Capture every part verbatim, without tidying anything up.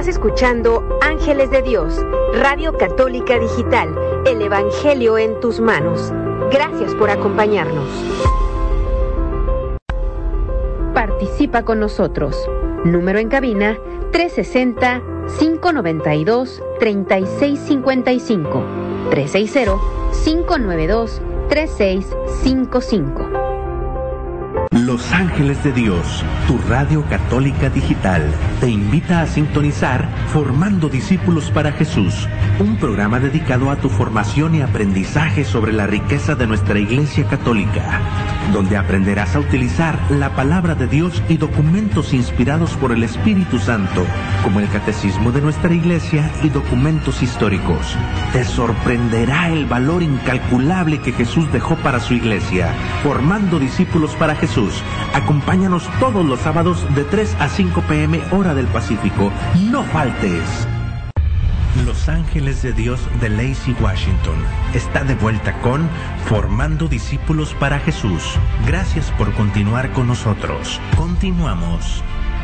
Estás escuchando Ángeles de Dios, Radio Católica Digital, el Evangelio en tus manos. Gracias por acompañarnos. Participa con nosotros. Número en cabina tres sesenta, cinco noventa y dos, treinta y seis cincuenta y cinco. tres sesenta, cinco noventa y dos, treinta y seis cincuenta y cinco. Los Ángeles de Dios, tu radio católica digital, te invita a sintonizar Formando Discípulos para Jesús, un programa dedicado a tu formación y aprendizaje sobre la riqueza de nuestra Iglesia Católica, donde aprenderás a utilizar la palabra de Dios y documentos inspirados por el Espíritu Santo, como el Catecismo de nuestra Iglesia y documentos históricos. Te sorprenderá el valor incalculable que Jesús dejó para su Iglesia. Formando Discípulos para Jesús. Acompáñanos todos los sábados de tres a cinco pe eme hora del Pacífico. No faltes. Los Ángeles de Dios de Lacey Washington está de vuelta con Formando Discípulos para Jesús. Gracias por continuar con nosotros. Continuamos.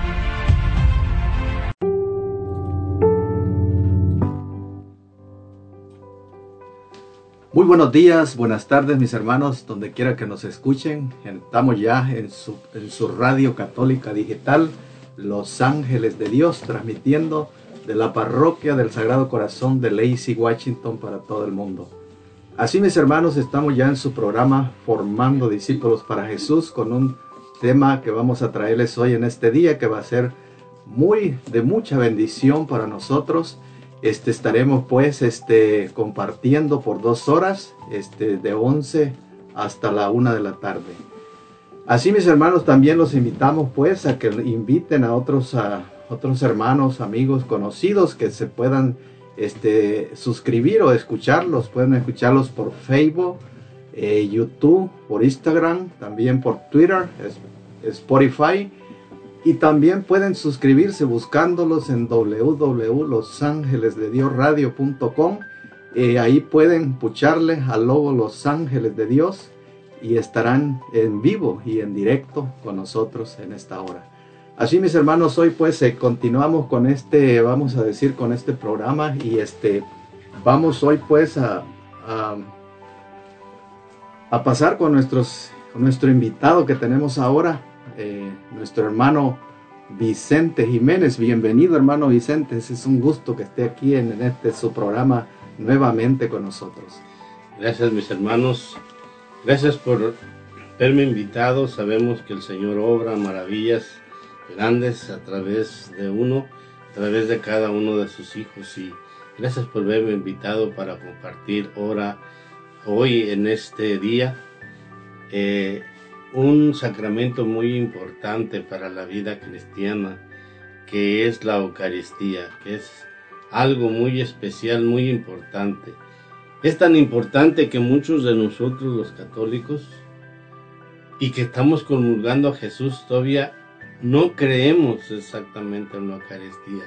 Muy buenos días, buenas tardes mis hermanos, donde quiera que nos escuchen. Estamos ya en su, en su radio católica digital, Los Ángeles de Dios, transmitiendo de la parroquia del Sagrado Corazón de Lacey, Washington, para todo el mundo. Así mis hermanos, estamos ya en su programa Formando Discípulos para Jesús, con un tema que vamos a traerles hoy en este día, que va a ser muy de mucha bendición para nosotros. Este, estaremos pues este, compartiendo por dos horas, este, de once hasta la una de la tarde. Así mis hermanos, también los invitamos pues a que inviten a otros, a otros hermanos, amigos, conocidos que se puedan este, suscribir o escucharlos. Pueden escucharlos por Facebook, eh, YouTube, por Instagram, también por Twitter, Spotify. Y también pueden suscribirse buscándolos en doble u doble u punto los ángeles de dios radio punto com. Eh, ahí pueden pucharle al logo Los Ángeles de Dios y estarán en vivo y en directo con nosotros en esta hora. Así mis hermanos, hoy pues eh, continuamos con este, vamos a decir, con este programa. Y este, vamos hoy pues a, a, a pasar con, nuestros, con nuestro invitado que tenemos ahora. Eh, nuestro hermano Vicente Jiménez. Bienvenido hermano Vicente, es un gusto que esté aquí en, en este su programa nuevamente con nosotros. Gracias mis hermanos, gracias por haberme invitado. Sabemos que el Señor obra maravillas grandes a través de uno, a través de cada uno de sus hijos, y gracias por haberme invitado para compartir ahora, hoy en este día, eh, un sacramento muy importante para la vida cristiana, que es la Eucaristía, que es algo muy especial, muy importante. Es tan importante que muchos de nosotros los católicos, y que estamos comulgando a Jesús, todavía no creemos exactamente en la Eucaristía.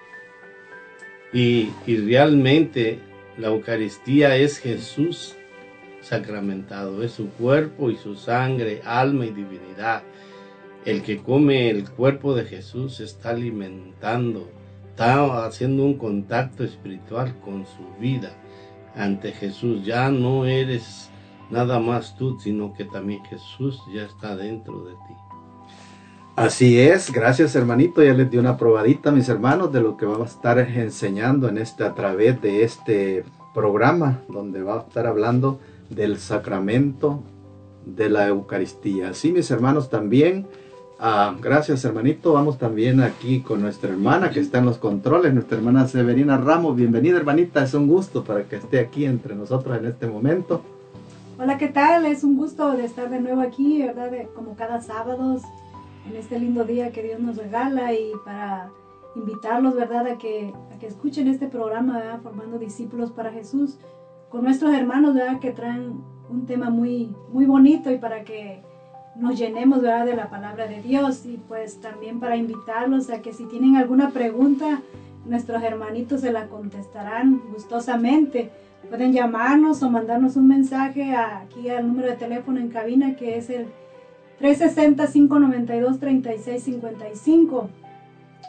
Y, y realmente la Eucaristía es Jesús sacramentado, es su cuerpo y su sangre, alma y divinidad. El que come el cuerpo de Jesús está alimentando, está haciendo un contacto espiritual con su vida ante Jesús. Ya no eres nada más tú, sino que también Jesús ya está dentro de ti. Así es, gracias hermanito, ya les di una probadita mis hermanos de lo que vamos a estar enseñando en este, a través de este programa, donde va a estar hablando del sacramento de la Eucaristía. Así mis hermanos también, uh, gracias hermanito, vamos también aquí con nuestra hermana que está en los controles, nuestra hermana Severina Ramos. Bienvenida hermanita, es un gusto para que esté aquí entre nosotros en este momento. Hola, ¿qué tal? Es un gusto de estar de nuevo aquí, ¿verdad? De, como cada sábado, en este lindo día que Dios nos regala, y para invitarlos, ¿verdad? A que, a que escuchen este programa, ¿verdad? Formando Discípulos para Jesús, con nuestros hermanos, ¿verdad? Que traen un tema muy, muy bonito, y para que nos llenemos, ¿verdad? De la palabra de Dios. Y pues también para invitarlos a que si tienen alguna pregunta, nuestros hermanitos se la contestarán gustosamente. Pueden llamarnos o mandarnos un mensaje a, aquí al número de teléfono en cabina, que es el tres sesenta, cinco noventa y dos, treinta y seis cincuenta y cinco.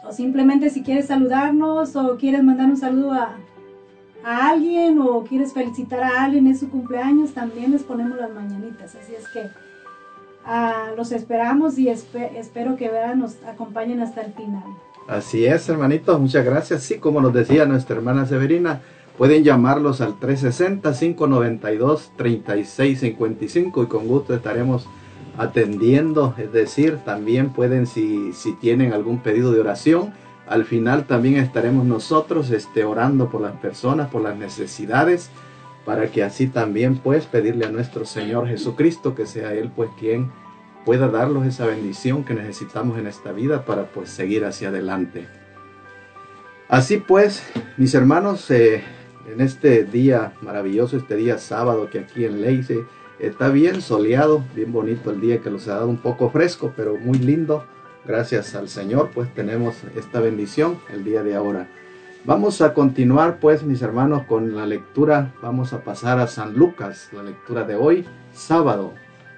o simplemente si quieres saludarnos o quieres mandar un saludo a, a alguien o quieres felicitar a alguien en su cumpleaños, también les ponemos las mañanitas. Así es que uh, los esperamos y espe espero que vean, nos acompañen hasta el final. Así es, hermanitos, muchas gracias. Sí, como nos decía nuestra hermana Severina, pueden llamarlos al tres sesenta, cinco noventa y dos, treinta y seis cincuenta y cinco y con gusto estaremos atendiendo. Es decir, también pueden, si, si tienen algún pedido de oración, al final también estaremos nosotros este, orando por las personas, por las necesidades, para que así también pues pedirle a nuestro Señor Jesucristo que sea Él pues quien pueda darnos esa bendición que necesitamos en esta vida para pues seguir hacia adelante. Así pues, mis hermanos, eh, en este día maravilloso, este día sábado que aquí en Lacey está bien soleado, bien bonito el día que nos ha dado un poco fresco, pero muy lindo. Gracias al Señor, pues tenemos esta bendición el día de ahora. Vamos a continuar, pues, mis hermanos, con la lectura. Vamos a pasar a San Lucas, la lectura de hoy, sábado.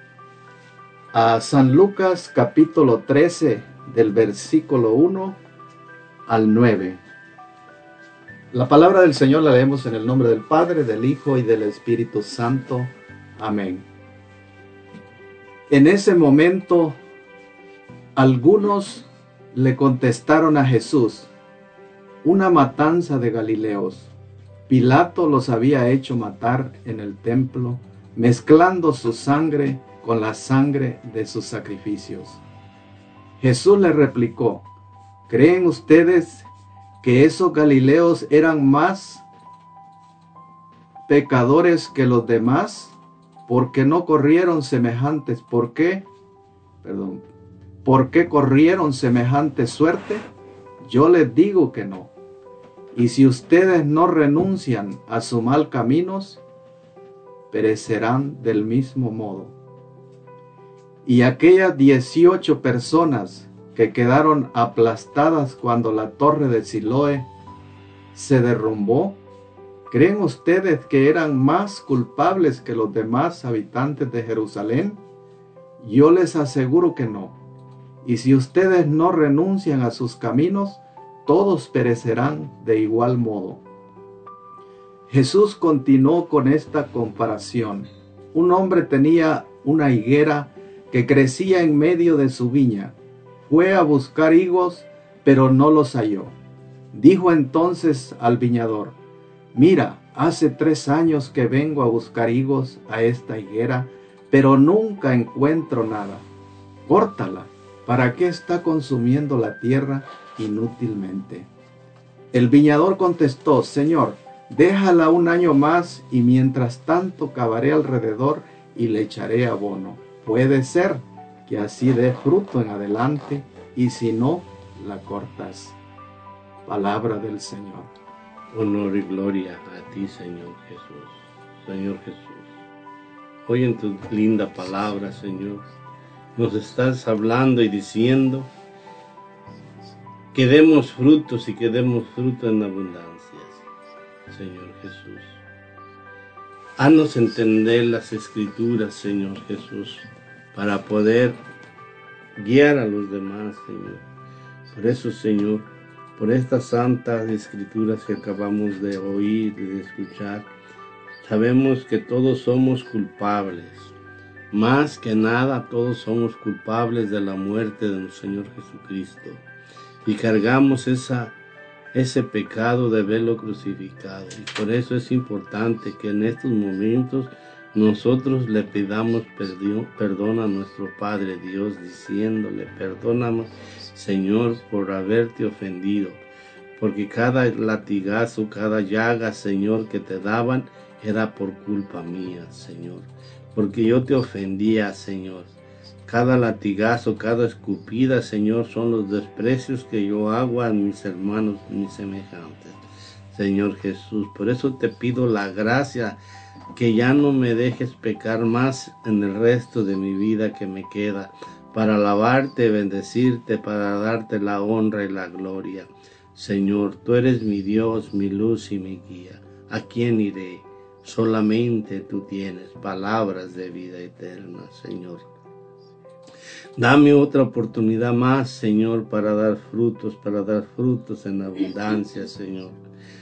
A San Lucas, capítulo trece, del versículo uno al nueve. La palabra del Señor la leemos en el nombre del Padre, del Hijo y del Espíritu Santo. Amén. En ese momento, algunos le contestaron a Jesús: una matanza de Galileos. Pilato los había hecho matar en el templo, mezclando su sangre con la sangre de sus sacrificios. Jesús le replicó: ¿creen ustedes que esos Galileos eran más pecadores que los demás? ¿Por qué no corrieron semejantes? ¿Por qué? Perdón. ¿Por qué corrieron semejante suerte? Yo les digo que no. Y si ustedes no renuncian a sus mal caminos, perecerán del mismo modo. Y aquellas dieciocho personas que quedaron aplastadas cuando la torre de Siloé se derrumbó, ¿creen ustedes que eran más culpables que los demás habitantes de Jerusalén? Yo les aseguro que no. Y si ustedes no renuncian a sus caminos, todos perecerán de igual modo. Jesús continuó con esta comparación. Un hombre tenía una higuera que crecía en medio de su viña. Fue a buscar higos, pero no los halló. Dijo entonces al viñador: mira, hace tres años que vengo a buscar higos a esta higuera, pero nunca encuentro nada. Córtala. ¿Para qué está consumiendo la tierra inútilmente? El viñador contestó: Señor, déjala un año más y mientras tanto cavaré alrededor y le echaré abono. Puede ser que así dé fruto en adelante y si no, la cortas. Palabra del Señor. Honor y gloria a ti, Señor Jesús. Señor Jesús, hoy en tu linda palabra, Señor, nos estás hablando y diciendo que demos frutos y que demos fruto en abundancia, Señor Jesús. Haznos entender las Escrituras, Señor Jesús, para poder guiar a los demás, Señor. Por eso, Señor, por estas santas Escrituras que acabamos de oír y de escuchar, sabemos que todos somos culpables. Más que nada, todos somos culpables de la muerte de nuestro Señor Jesucristo. Y cargamos esa, ese pecado de verlo crucificado. Y por eso es importante que en estos momentos nosotros le pidamos perdón, perdón a nuestro Padre Dios, diciéndole: perdóname, Señor, por haberte ofendido. Porque cada latigazo, cada llaga, Señor, que te daban, era por culpa mía, Señor. Porque yo te ofendía, Señor. Cada latigazo, cada escupida, Señor, son los desprecios que yo hago a mis hermanos, mis semejantes. Señor Jesús, por eso te pido la gracia que ya no me dejes pecar más en el resto de mi vida que me queda, para alabarte, bendecirte, para darte la honra y la gloria. Señor, tú eres mi Dios, mi luz y mi guía. ¿A quién iré? Solamente tú tienes palabras de vida eterna, Señor. Dame otra oportunidad más, Señor, para dar frutos, para dar frutos en abundancia, Señor.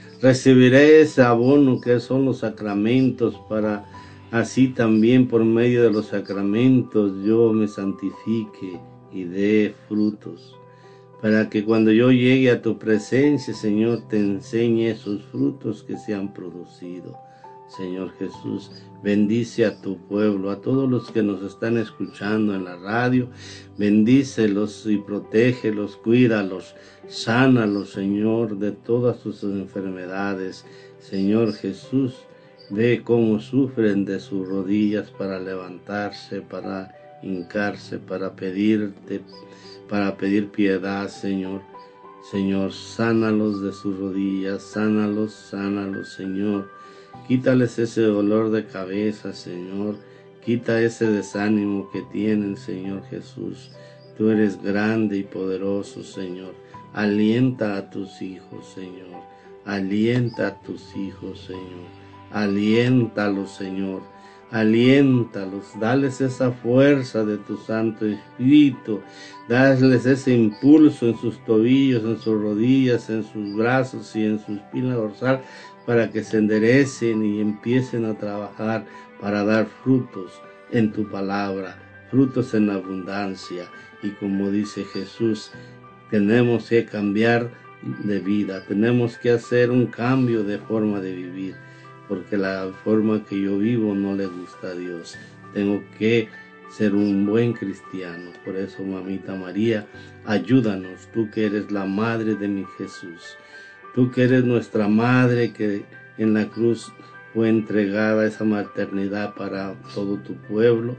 Recibiré ese abono que son los sacramentos, para así también por medio de los sacramentos yo me santifique y dé frutos. Para que cuando yo llegue a tu presencia, Señor, te enseñe esos frutos que se han producido. Señor Jesús, bendice a tu pueblo, a todos los que nos están escuchando en la radio, bendícelos y protégelos, cuídalos, sánalos, Señor, de todas sus enfermedades. Señor Jesús, ve cómo sufren de sus rodillas para levantarse, para hincarse, para pedirte, para pedir piedad, Señor. Señor, sánalos de sus rodillas, sánalos, sánalos, Señor. Quítales ese dolor de cabeza, Señor. Quita ese desánimo que tienen, Señor Jesús. Tú eres grande y poderoso, Señor. Alienta a tus hijos, Señor. Alienta a tus hijos, Señor. Aliéntalos, Señor. Aliéntalos. Dales esa fuerza de tu Santo Espíritu. Dales ese impulso en sus tobillos, en sus rodillas, en sus brazos y en su espina dorsal, para que se enderecen y empiecen a trabajar para dar frutos en tu palabra, frutos en abundancia. Y como dice Jesús, tenemos que cambiar de vida, tenemos que hacer un cambio de forma de vivir, porque la forma que yo vivo no le gusta a Dios. Tengo que ser un buen cristiano. Por eso, Mamita María, ayúdanos, tú que eres la madre de mi Jesús. Tú que eres nuestra madre, que en la cruz fue entregada esa maternidad para todo tu pueblo.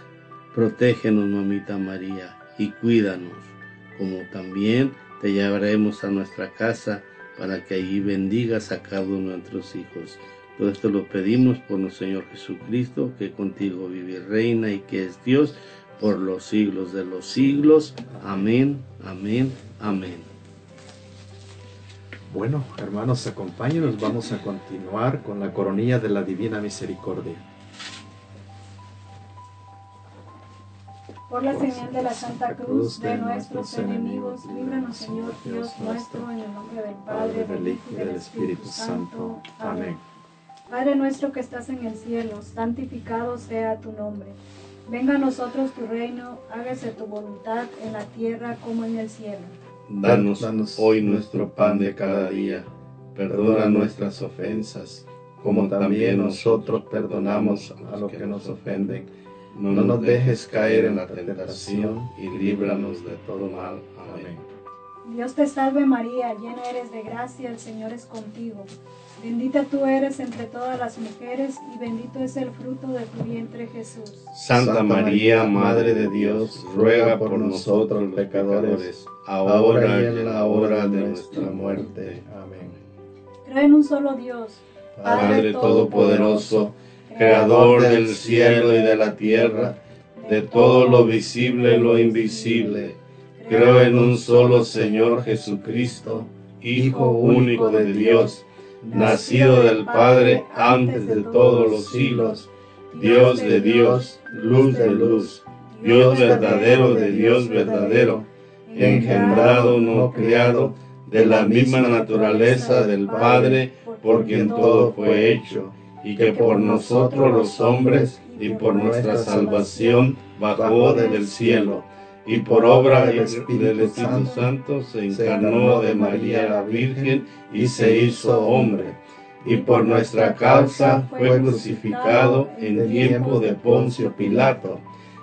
Protégenos, Mamita María, y cuídanos, como también te llevaremos a nuestra casa para que allí bendigas a cada uno de nuestros hijos. Todo esto lo pedimos por nuestro Señor Jesucristo, que contigo vive y reina y que es Dios por los siglos de los siglos. Amén, amén, amén. Bueno, hermanos, acompáñenos, vamos a continuar con la coronilla de la Divina Misericordia. Por la señal de la Santa Cruz de nuestros enemigos, líbranos, Señor Dios nuestro, en el nombre del Padre, del Hijo y del Espíritu Santo. Amén. Padre nuestro que estás en el cielo, santificado sea tu nombre. Venga a nosotros tu reino, hágase tu voluntad en la tierra como en el cielo. Danos, Danos hoy nuestro pan de cada día, perdona nuestras ofensas, como también nosotros perdonamos a los que nos ofenden. No nos dejes caer en la tentación y líbranos de todo mal. Amén. Dios te salve María, llena eres de gracia, el Señor es contigo. Bendita tú eres entre todas las mujeres y bendito es el fruto de tu vientre Jesús. Santa María, Madre de Dios, ruega por nosotros los pecadores, ahora y en la hora de nuestra muerte. Amén. Creo en un solo Dios, Padre Todopoderoso, Creador del cielo y de la tierra, de todo lo visible y lo invisible. Creo en un solo Señor Jesucristo, Hijo único de Dios, nacido del Padre antes de todos los siglos, Dios de Dios, luz de luz, Dios verdadero de Dios verdadero, engendrado, no criado, de la misma naturaleza del Padre, por quien todo fue hecho, y que por nosotros los hombres y por nuestra salvación bajó del cielo, y por obra del Espíritu Santo se encarnó de María la Virgen y se hizo hombre, y por nuestra causa fue crucificado en tiempo de Poncio Pilato,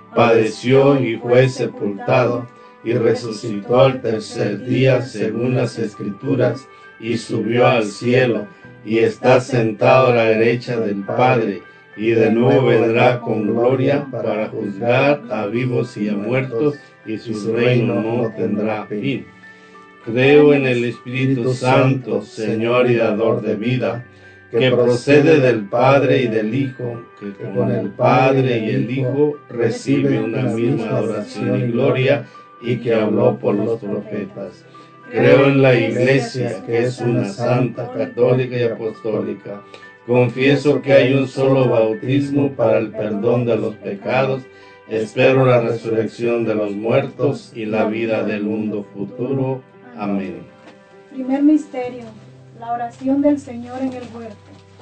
padeció y fue sepultado, y resucitó al tercer día según las Escrituras, y subió al cielo, y está sentado a la derecha del Padre, y de nuevo vendrá con gloria para juzgar a vivos y a muertos, y su reino no tendrá fin. Creo en el Espíritu Santo, Señor y dador de vida, que procede del Padre y del Hijo, que con el Padre y el Hijo recibe una misma adoración y gloria, y que habló por los profetas. Creo en la Iglesia, que es una santa, católica y apostólica. Confieso que hay un solo bautismo para el perdón de los pecados, espero la resurrección de los muertos y la vida del mundo futuro. Amén. Primer misterio, la oración del Señor en el huerto.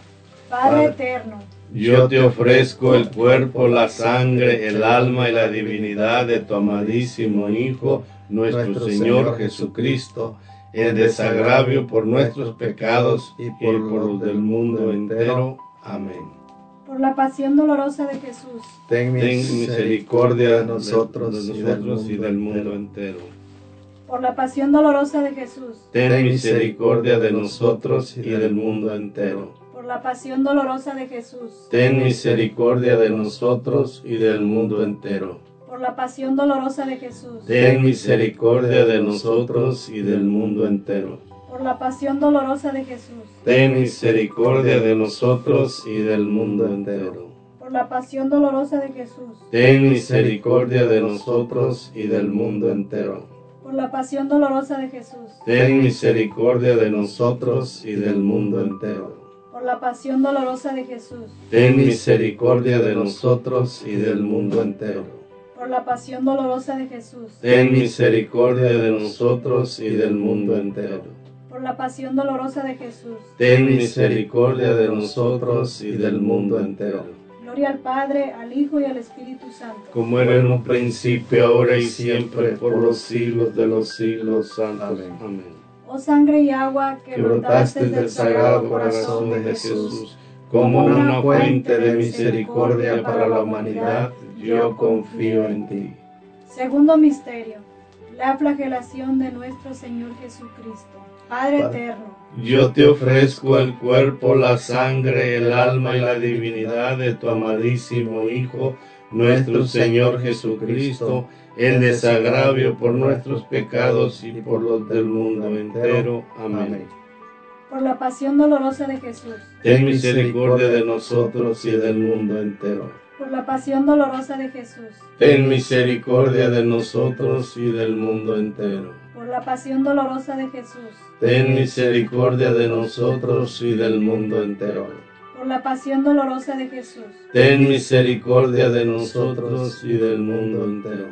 Padre eterno, yo te ofrezco el cuerpo, la sangre, el alma y la divinidad de tu amadísimo Hijo, nuestro Señor Jesucristo, en desagravio por nuestros pecados y por los del mundo entero. Amén. Por la pasión dolorosa de Jesús, Ten Ten misericordia de nosotros nosotros, y y, del del mundo mundo entero. entero. por la pasión dolorosa de Jesús, Ten misericordia de nosotros y del mundo entero. por la pasión dolorosa de Jesús, Ten misericordia de nosotros y del mundo entero. por la pasión dolorosa de Jesús, Ten misericordia de nosotros y del mundo entero. por la pasión dolorosa de Jesús, Ten misericordia de nosotros y del mundo entero. por la pasión dolorosa de Jesús, Ten misericordia de nosotros y del mundo entero. por la pasión dolorosa de Jesús, Ten misericordia de nosotros y del mundo entero. por la pasión dolorosa de Jesús, Ten misericordia de nosotros y del mundo entero. por la pasión dolorosa de Jesús, Ten misericordia de nosotros y del mundo entero. por la pasión dolorosa de Jesús. Ten misericordia de nosotros y del mundo entero. Gloria al Padre, al Hijo y al Espíritu Santo. Como era en un principio, ahora y siempre, por los siglos de los siglos. Santos. Amén. Oh sangre y agua que, Que brotaste del sagrado corazón de Jesús, como una fuente de misericordia para la humanidad, yo confío en ti. Segundo misterio, la flagelación de nuestro Señor Jesucristo. Padre eterno, Yo te ofrezco el cuerpo, la sangre, el alma y la divinidad de tu amadísimo Hijo, nuestro Señor Jesucristo, en desagravio por nuestros pecados y por los del mundo entero. Amén. por la pasión dolorosa de Jesús, Ten misericordia de nosotros y del mundo entero. por la pasión dolorosa de Jesús, Ten misericordia de nosotros y del mundo entero. por la pasión dolorosa de Jesús, Ten misericordia de nosotros y del mundo entero. por la pasión dolorosa de Jesús, Ten misericordia de nosotros y del mundo entero.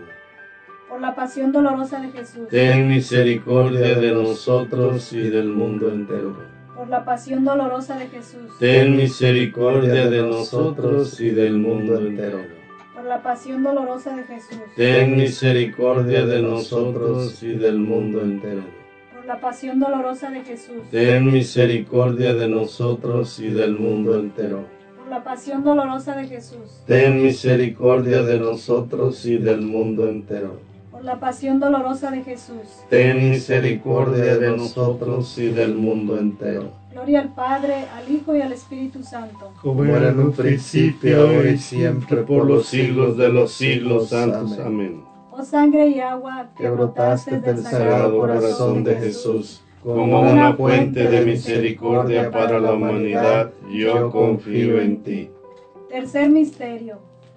por la pasión dolorosa de Jesús, Ten misericordia de nosotros y del mundo entero. por la pasión dolorosa de Jesús, Ten misericordia de nosotros y del mundo entero. por la pasión dolorosa de Jesús, Ten misericordia de nosotros y del mundo entero. por la pasión dolorosa de Jesús, Ten misericordia de nosotros y del mundo entero. por la pasión dolorosa de Jesús, Ten misericordia de nosotros y del mundo entero. por la pasión dolorosa de Jesús. Ten misericordia de nosotros y del mundo entero. Gloria al Padre, al Hijo y al Espíritu Santo. Como era en un principio, ahora y siempre, por los siglos de los siglos. Santos. Amén. Oh sangre y agua que brotaste del Sagrado corazón de Jesús, como una fuente de misericordia para la humanidad, yo confío en ti. Tercer misterio,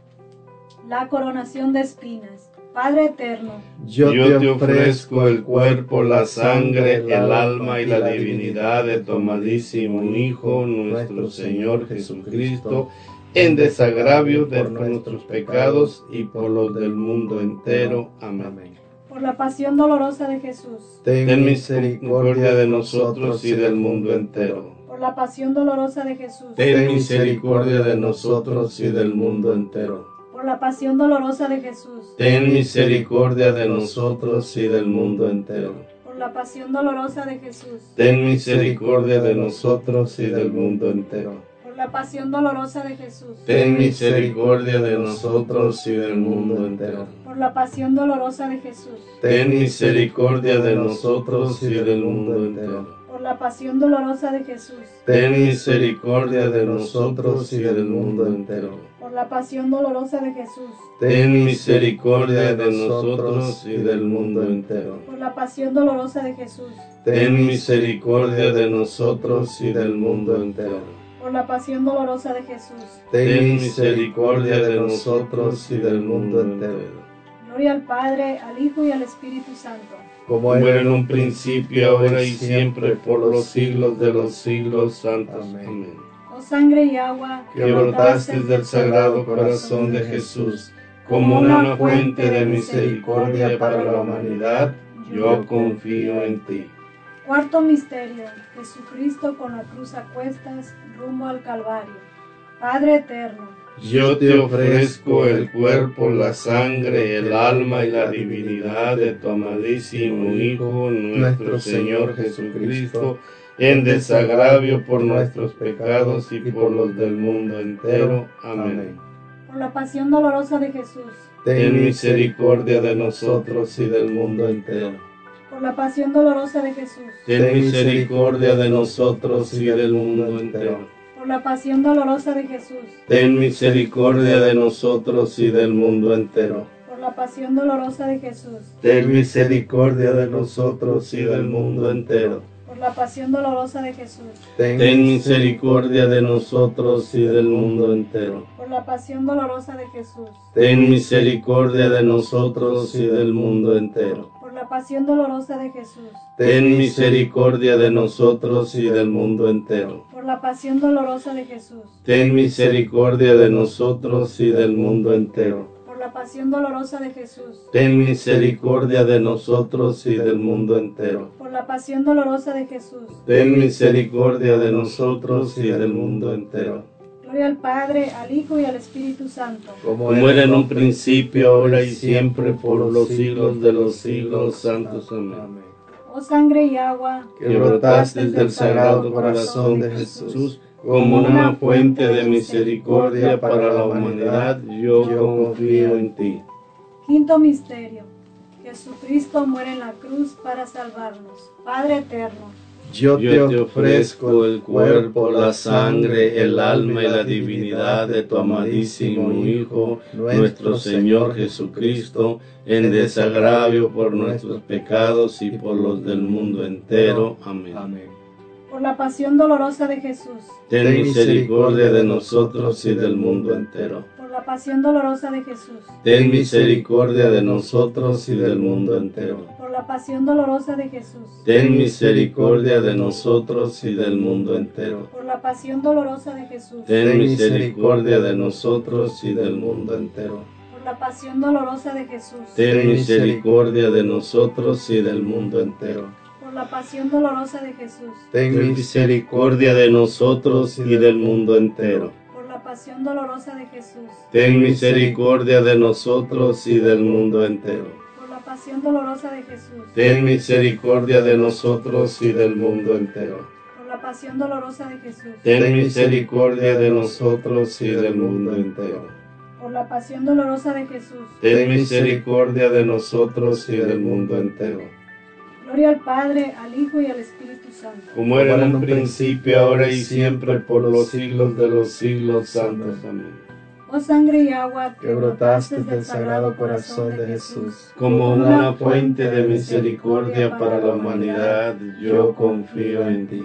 la coronación de espinas. Padre eterno, Yo te ofrezco el cuerpo, la sangre, el alma y la divinidad de tu amadísimo Hijo, nuestro Señor Jesucristo, en desagravio de nuestros pecados y por los del mundo entero. Amén. por la pasión dolorosa de Jesús, Ten misericordia de nosotros y del mundo entero. por la pasión dolorosa de Jesús, Ten misericordia de nosotros y del mundo entero. por la pasión dolorosa de Jesús, Ten misericordia de nosotros y del mundo entero. por la pasión dolorosa de Jesús, Ten misericordia de nosotros y del mundo entero. por la pasión dolorosa de Jesús, Ten misericordia de nosotros y del mundo entero. por la pasión dolorosa de Jesús, Ten misericordia de nosotros y del mundo entero. por la pasión dolorosa de Jesús, Ten misericordia de nosotros y del mundo entero. por la pasión dolorosa de Jesús, Ten misericordia de nosotros y del mundo entero. por la pasión dolorosa de Jesús, Ten misericordia de nosotros y del mundo entero. por la pasión dolorosa de Jesús. Ten misericordia de nosotros y del mundo entero. Gloria al Padre, al Hijo y al Espíritu Santo. Como era en un principio, ahora y siempre, por los siglos de los siglos. Santos. Amén. Oh sangre y agua Que brotaste del sagrado corazón de Jesús, como una fuente de misericordia para la humanidad, yo confío en ti. Cuarto misterio, Jesucristo con la cruz a cuestas, rumbo al Calvario. Padre eterno, yo te ofrezco el cuerpo, la sangre, el alma y la divinidad de tu amadísimo Hijo, nuestro Señor Jesucristo, en desagravio por nuestros pecados y por los del mundo entero. Amén. Por la pasión dolorosa de Jesús, ten misericordia de nosotros y del mundo entero. Por la pasión dolorosa de Jesús, ten misericordia de nosotros y del mundo entero. Por la pasión dolorosa de Jesús, ten misericordia de nosotros y del mundo entero. Por la pasión dolorosa de Jesús, ten misericordia de nosotros y del mundo entero. Por la pasión dolorosa de Jesús, ten misericordia de nosotros y del mundo entero. Por la pasión dolorosa de Jesús, ten misericordia de nosotros y del mundo entero. Por la pasión dolorosa de Jesús, ten misericordia de nosotros y del mundo entero. Por la pasión dolorosa de Jesús, ten misericordia de nosotros y del mundo entero. Por la pasión dolorosa de Jesús, ten misericordia de nosotros y del mundo entero. Por la pasión dolorosa de Jesús, ten misericordia de nosotros y del mundo entero. Gloria al Padre, al Hijo y al Espíritu Santo. Como era en un principio, ahora y siempre, por los siglos de los siglos. Santos. Amén. Oh sangre y agua, que brotaste del sagrado corazón de Jesús, como una fuente de misericordia para la humanidad, yo confío en ti. Quinto misterio, Jesucristo muere en la cruz para salvarnos. Padre eterno, Yo te, Yo te ofrezco el cuerpo, la sangre, el alma y la divinidad de tu amadísimo Hijo, nuestro Señor Jesucristo, en desagravio por nuestros pecados y por los del mundo entero. Amén. Amén. por la pasión dolorosa de Jesús, ten misericordia de nosotros y del mundo entero. por la pasión dolorosa de Jesús, Ten misericordia de nosotros y del mundo entero. por la pasión dolorosa de Jesús, Ten misericordia de nosotros y del mundo entero. por la pasión dolorosa de Jesús, Ten misericordia de nosotros y del mundo entero. por la pasión dolorosa de Jesús, Ten misericordia de nosotros y del mundo entero. por la pasión dolorosa de Jesús, Ten misericordia de nosotros y del mundo entero. por la pasión dolorosa de Jesús, Ten misericordia de nosotros y del mundo entero. por la pasión dolorosa de Jesús, Ten misericordia de nosotros y del mundo entero. por la pasión dolorosa de Jesús, Ten misericordia de nosotros y del mundo entero. por la pasión dolorosa de Jesús. Ten misericordia de nosotros y del mundo entero. Gloria al Padre, al Hijo y al Espíritu Santo. Como era en un principio, ahora y siempre, por los siglos de los siglos. Santos. Amén. Oh sangre y agua que brotaste del sagrado corazón de Jesús, Como una fuente de misericordia para la humanidad, yo confío en ti.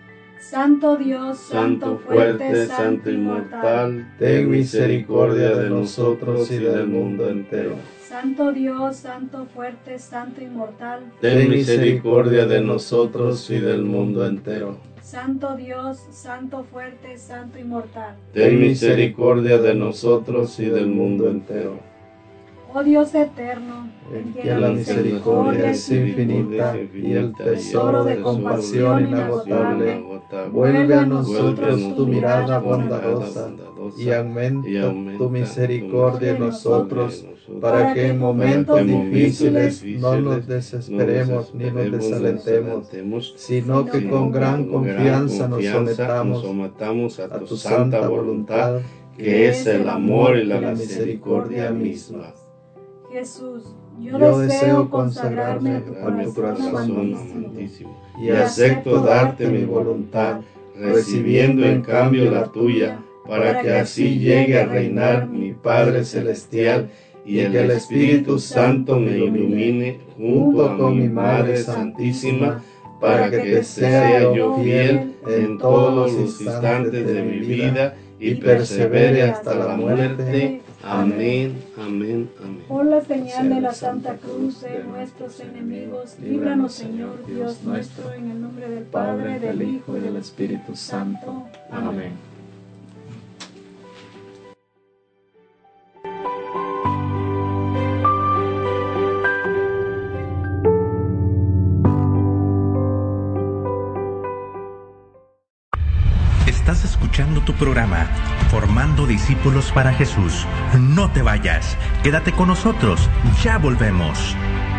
Santo Dios, Santo fuerte, santo inmortal, ten misericordia de nosotros y del mundo entero. Santo Dios, Santo fuerte, santo inmortal. Ten misericordia de nosotros y del mundo entero. Santo Dios, Santo fuerte, santo inmortal. Ten misericordia de nosotros y del mundo entero. Oh Dios eterno, en quien la misericordia es infinita y el tesoro de compasión inagotable, vuelve a nosotros tu mirada bondadosa y aumenta tu misericordia en nosotros, para que en momentos difíciles no nos desesperemos ni nos desalentemos, sino que con gran confianza nos sometamos a tu santa voluntad, que es el amor y la misericordia misma. Jesús, yo, yo deseo consagrarme a tu corazón, corazón amantísimo, amantísimo, y y acepto darte mi voluntad, recibiendo en cambio la tuya, para que así llegue a reinar mi Padre Celestial, y el Espíritu Santo me ilumine junto con mi Madre Santísima, para que te sea yo fiel en todos los instantes de mi vida y persevere hasta la muerte. Amén, amén, amén. Por la señal de la Santa Cruz de nuestros enemigos, líbranos, Señor Dios nuestro, en el nombre del Padre, del Hijo y del Espíritu Santo. Amén. Estás escuchando tu programa, Formando Discípulos para Jesús. No te vayas, quédate con nosotros, ya volvemos.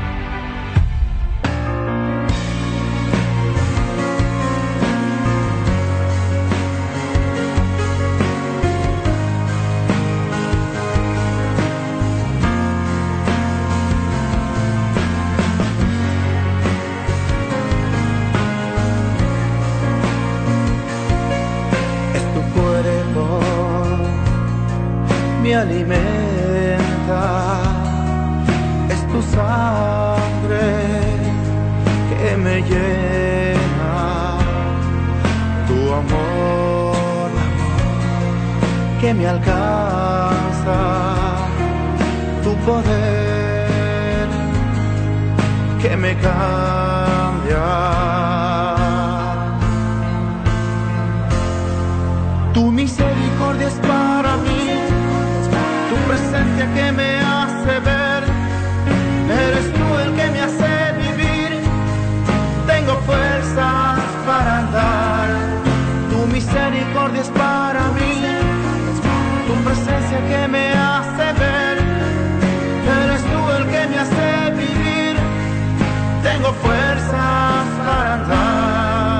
Me alimenta, es tu sangre que me llena, tu amor que me alcanza, tu poder que me cambia, tu misericordia es para mí. Tu presencia que me hace ver, eres tú el que me hace vivir. Tengo fuerzas para andar, tu misericordia es para mí. Tu presencia que me hace ver, eres tú el que me hace vivir. Tengo fuerzas para andar.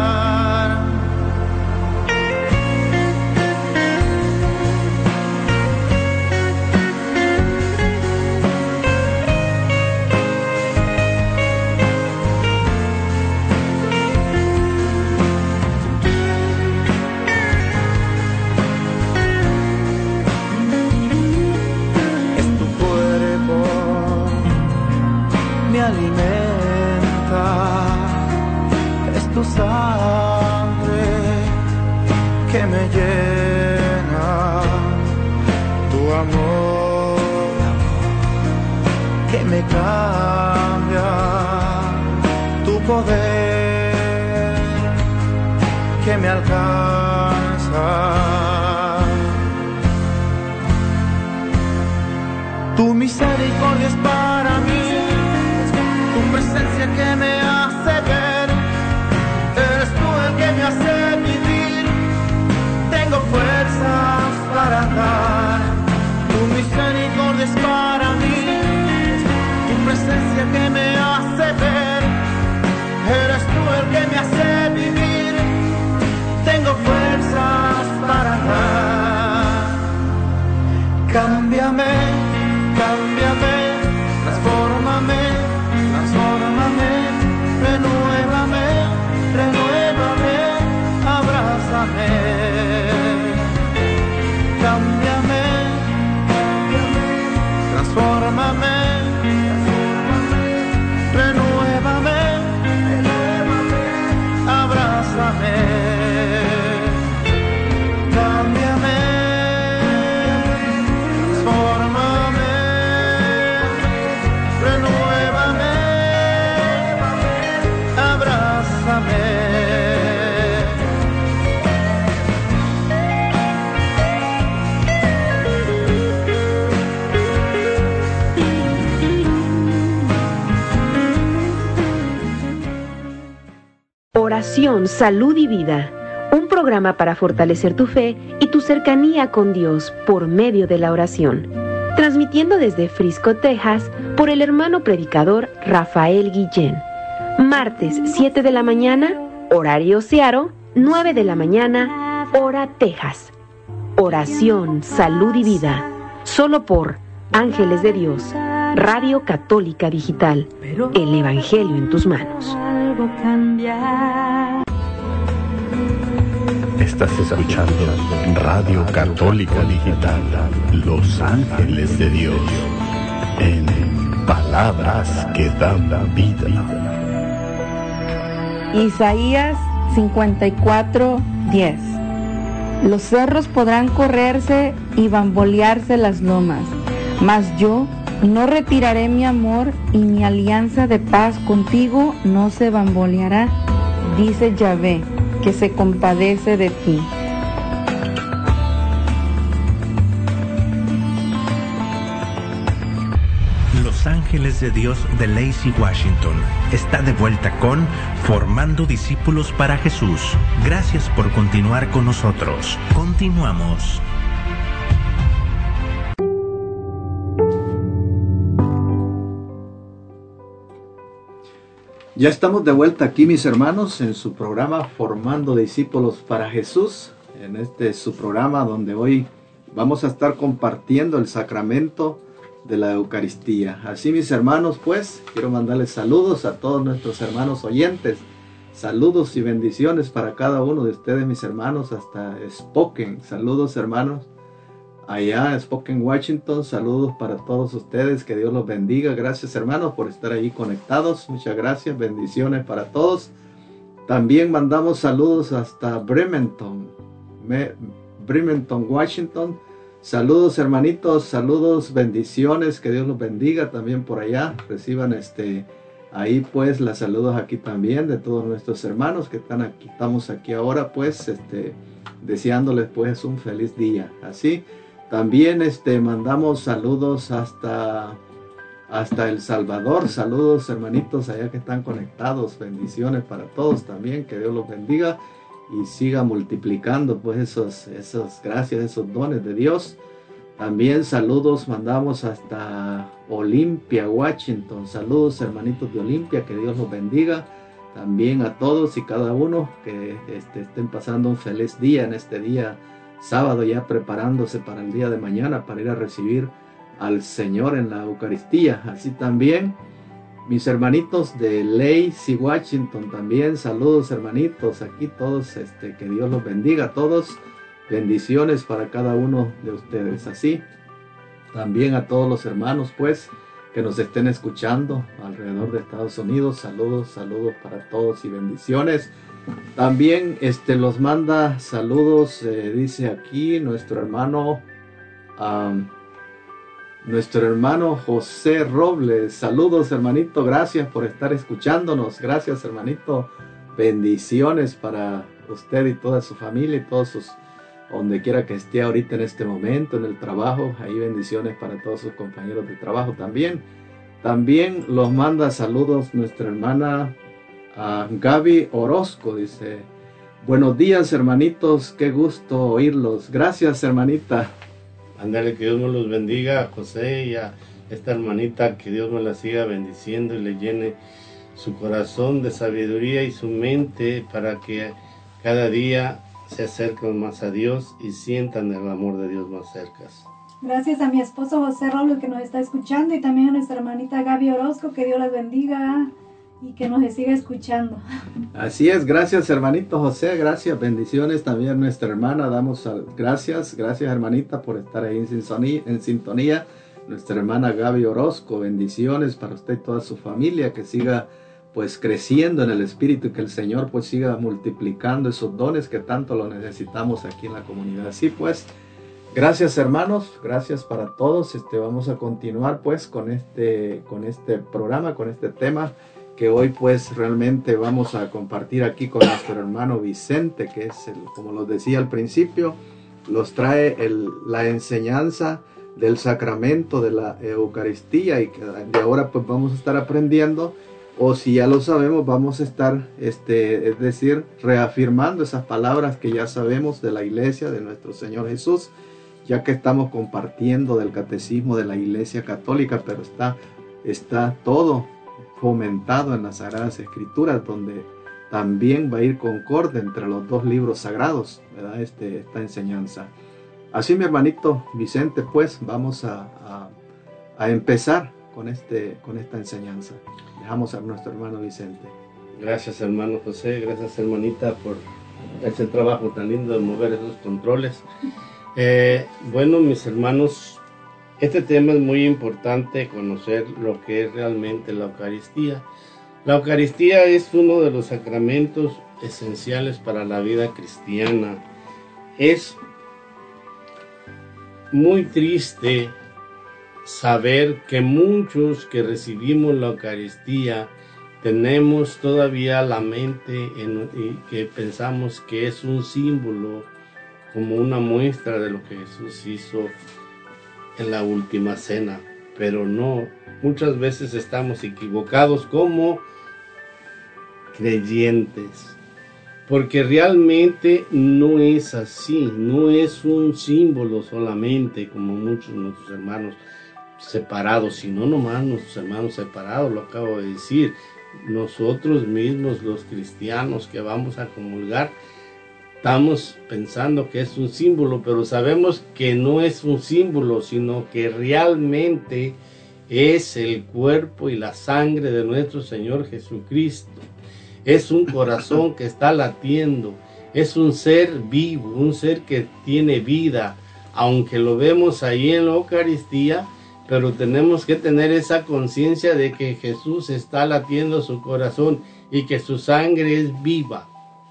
Alimenta, es tu sangre que me llena, tu amor que me cambia, tu poder que me alcanza, tu misericordia es para mí. Presencia que me hace ver, eres tú el que me hace vivir. Tengo fuerzas para andar, tu misericordia es para mí. Tu presencia que me hace ver, eres tú el que me hace vivir. Tengo fuerzas para andar. Cámbiame, cámbiame, transfórmame. Transfórmame, renuévame, renuévame, abrázame. Cámbiame, transfórmame, renuévame, abrázame. Cámbiame, transfórmame, renuévame. Oración, salud y vida. Un programa para fortalecer tu fe y tu cercanía con Dios por medio de la oración. Transmitiendo desde Frisco, Texas, por el hermano predicador Rafael Guillén. Martes, siete de la mañana, horario Seattle, nueve de la mañana, hora Texas. Oración, salud y vida. Solo por Ángeles de Dios, Radio Católica Digital. El Evangelio en tus manos. Estás escuchando Radio Católica Digital, Los Ángeles de Dios, en palabras que dan vida. Isaías cincuenta y cuatro, diez. Los cerros podrán correrse y bambolearse las lomas, mas yo no retiraré mi amor y mi alianza de paz contigo no se bamboleará, dice Yahvé, que se compadece de ti. Los Ángeles Ángeles de Dios de Lacey, Washington, está de vuelta con Formando Discípulos para Jesús. Gracias por continuar con nosotros. Continuamos. Ya estamos de vuelta aquí, mis hermanos, en su programa Formando Discípulos para Jesús. En este su programa donde hoy vamos a estar compartiendo el sacramento de la Eucaristía. Así, mis hermanos, pues, quiero mandarles saludos a todos nuestros hermanos oyentes. Saludos y bendiciones para cada uno de ustedes, mis hermanos, hasta Spokane. Saludos, hermanos, allá en Spokane, Washington. Saludos para todos ustedes. Que Dios los bendiga. Gracias, hermanos, por estar ahí conectados. Muchas gracias. Bendiciones para todos. También mandamos saludos hasta Bremerton, Bremerton, Washington. Saludos, hermanitos, saludos, bendiciones, que Dios los bendiga también por allá. Reciban este ahí pues las saludos aquí también de todos nuestros hermanos que están aquí, estamos aquí ahora, pues este deseándoles pues un feliz día. Así también este mandamos saludos hasta hasta El Salvador. Saludos, hermanitos allá que están conectados. Bendiciones para todos también, que Dios los bendiga y siga multiplicando pues esos, esos gracias, esos dones de Dios. También saludos mandamos hasta Olympia, Washington. Saludos, hermanitos de Olympia, que Dios los bendiga. También a todos y cada uno que este, estén pasando un feliz día en este día sábado, ya preparándose para el día de mañana para ir a recibir al Señor en la Eucaristía. Así también mis hermanitos de Lacey, Washington, también saludos, hermanitos, aquí todos, este, que Dios los bendiga a todos, bendiciones para cada uno de ustedes. Así también a todos los hermanos pues que nos estén escuchando alrededor de Estados Unidos, saludos, saludos para todos y bendiciones. También este, los manda saludos, eh, dice aquí nuestro hermano um, Nuestro hermano José Robles. Saludos, hermanito, gracias por estar escuchándonos. Gracias, hermanito. Bendiciones para usted y toda su familia y todos sus, donde quiera que esté ahorita en este momento, en el trabajo. Ahí bendiciones para todos sus compañeros de trabajo también. También los manda saludos nuestra hermana uh, Gaby Orozco. Dice, buenos días, hermanitos, qué gusto oírlos. Gracias, hermanita. Ándale, que Dios me los bendiga, a José, y a esta hermanita, que Dios me la siga bendiciendo y le llene su corazón de sabiduría y su mente para que cada día se acerquen más a Dios y sientan el amor de Dios más cerca. Gracias a mi esposo José Robles que nos está escuchando y también a nuestra hermanita Gaby Orozco, que Dios las bendiga y que nos siga escuchando. Así es, gracias hermanito José, gracias, bendiciones también a nuestra hermana, damos gracias, gracias hermanita por estar ahí en sintonía, en sintonía. Nuestra hermana Gaby Orozco, bendiciones para usted y toda su familia, que siga pues creciendo en el Espíritu y que el Señor pues siga multiplicando esos dones que tanto lo necesitamos aquí en la comunidad. Así pues, gracias hermanos, gracias para todos. Este, vamos a continuar pues con este, con este programa, con este tema que hoy pues realmente vamos a compartir aquí con nuestro hermano Vicente, que es, el, como los decía al principio, los trae el, la enseñanza del sacramento de la Eucaristía, y que de ahora pues vamos a estar aprendiendo, o si ya lo sabemos, vamos a estar, este, es decir, reafirmando esas palabras que ya sabemos de la Iglesia, de nuestro Señor Jesús, ya que estamos compartiendo del catecismo de la Iglesia Católica, pero está, está todo fomentado en las Sagradas Escrituras, donde también va a ir concorde entre los dos libros sagrados, ¿verdad? Este, esta enseñanza. Así, mi hermanito Vicente, pues vamos a, a, a empezar con, este, con esta enseñanza. Dejamos a nuestro hermano Vicente. Gracias, hermano José, gracias, hermanita, por ese trabajo tan lindo de mover esos controles. Eh, bueno, mis hermanos, este tema es muy importante, conocer lo que es realmente la Eucaristía. La Eucaristía es uno de los sacramentos esenciales para la vida cristiana. Es muy triste saber que muchos que recibimos la Eucaristía tenemos todavía la mente en, y que pensamos que es un símbolo, como una muestra de lo que Jesús hizo en la última cena. pero no, muchas veces estamos equivocados como creyentes, porque realmente no es así, no es un símbolo solamente como muchos de nuestros hermanos separados, sino nomás nuestros hermanos separados, lo acabo de decir. Nosotros mismos, los cristianos que vamos a comulgar, estamos pensando que es un símbolo, pero sabemos que no es un símbolo, sino que realmente es el cuerpo y la sangre de nuestro Señor Jesucristo. Es un corazón que está latiendo, es un ser vivo, un ser que tiene vida, aunque lo vemos ahí en la Eucaristía, pero tenemos que tener esa conciencia de que Jesús está latiendo su corazón y que su sangre es viva.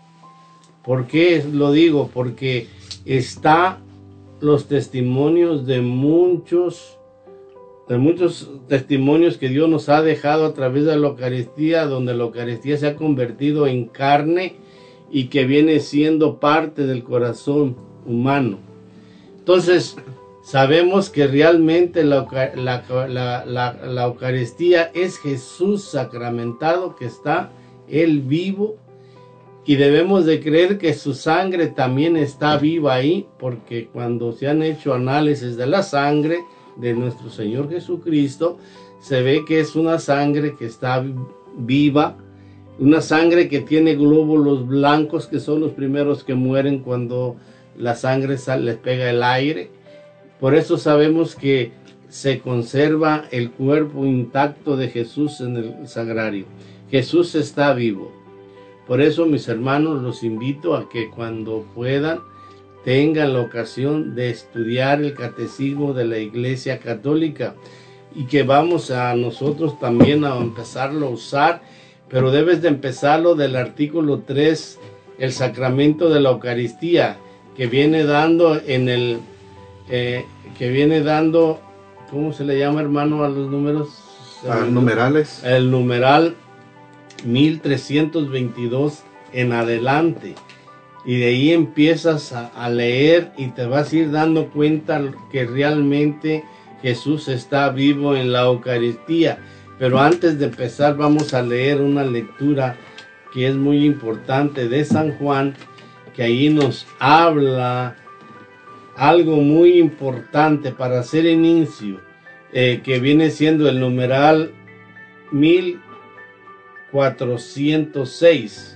¿Por qué lo digo? Porque está los testimonios de muchos, de muchos testimonios que Dios nos ha dejado a través de la Eucaristía, donde la Eucaristía se ha convertido en carne y que viene siendo parte del corazón humano. Entonces, sabemos que realmente la, la, la, la, la Eucaristía es Jesús sacramentado, que está Él vivo, y debemos de creer que su sangre también está viva ahí, porque cuando se han hecho análisis de la sangre de nuestro Señor Jesucristo, se ve que es una sangre que está viva, una sangre que tiene glóbulos blancos, que son los primeros que mueren cuando la sangre sale, les pega el aire. Por eso sabemos que se conserva el cuerpo intacto de Jesús en el sagrario. Jesús está vivo. Por eso, mis hermanos, los invito a que cuando puedan tengan la ocasión de estudiar el catecismo de la Iglesia Católica, y que vamos a nosotros también a empezarlo a usar, pero debes de empezarlo del artículo tres, el sacramento de la Eucaristía, que viene dando en el Eh, que viene dando, ¿cómo se le llama, hermano, a los números? A numerales. El numeral mil trescientos veintidós en adelante. Y de ahí empiezas a, a leer y te vas a ir dando cuenta que realmente Jesús está vivo en la Eucaristía. Pero antes de empezar vamos a leer una lectura que es muy importante de San Juan, que ahí nos habla algo muy importante para hacer inicio, eh, que viene siendo el numeral mil cuatrocientos seis.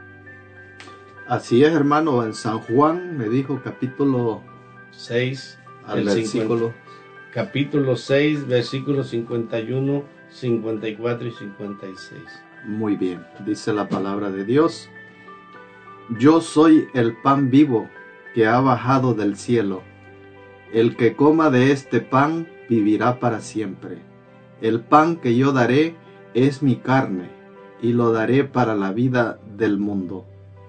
Así es, hermano, en San Juan me dijo capítulo seis, al el versículo. cincuenta, capítulo seis, versículos cincuenta y uno, cincuenta y cuatro y cincuenta y seis. Muy bien, dice la palabra de Dios: Yo soy el pan vivo que ha bajado del cielo. El que coma de este pan vivirá para siempre. El pan que yo daré es mi carne, y lo daré para la vida del mundo.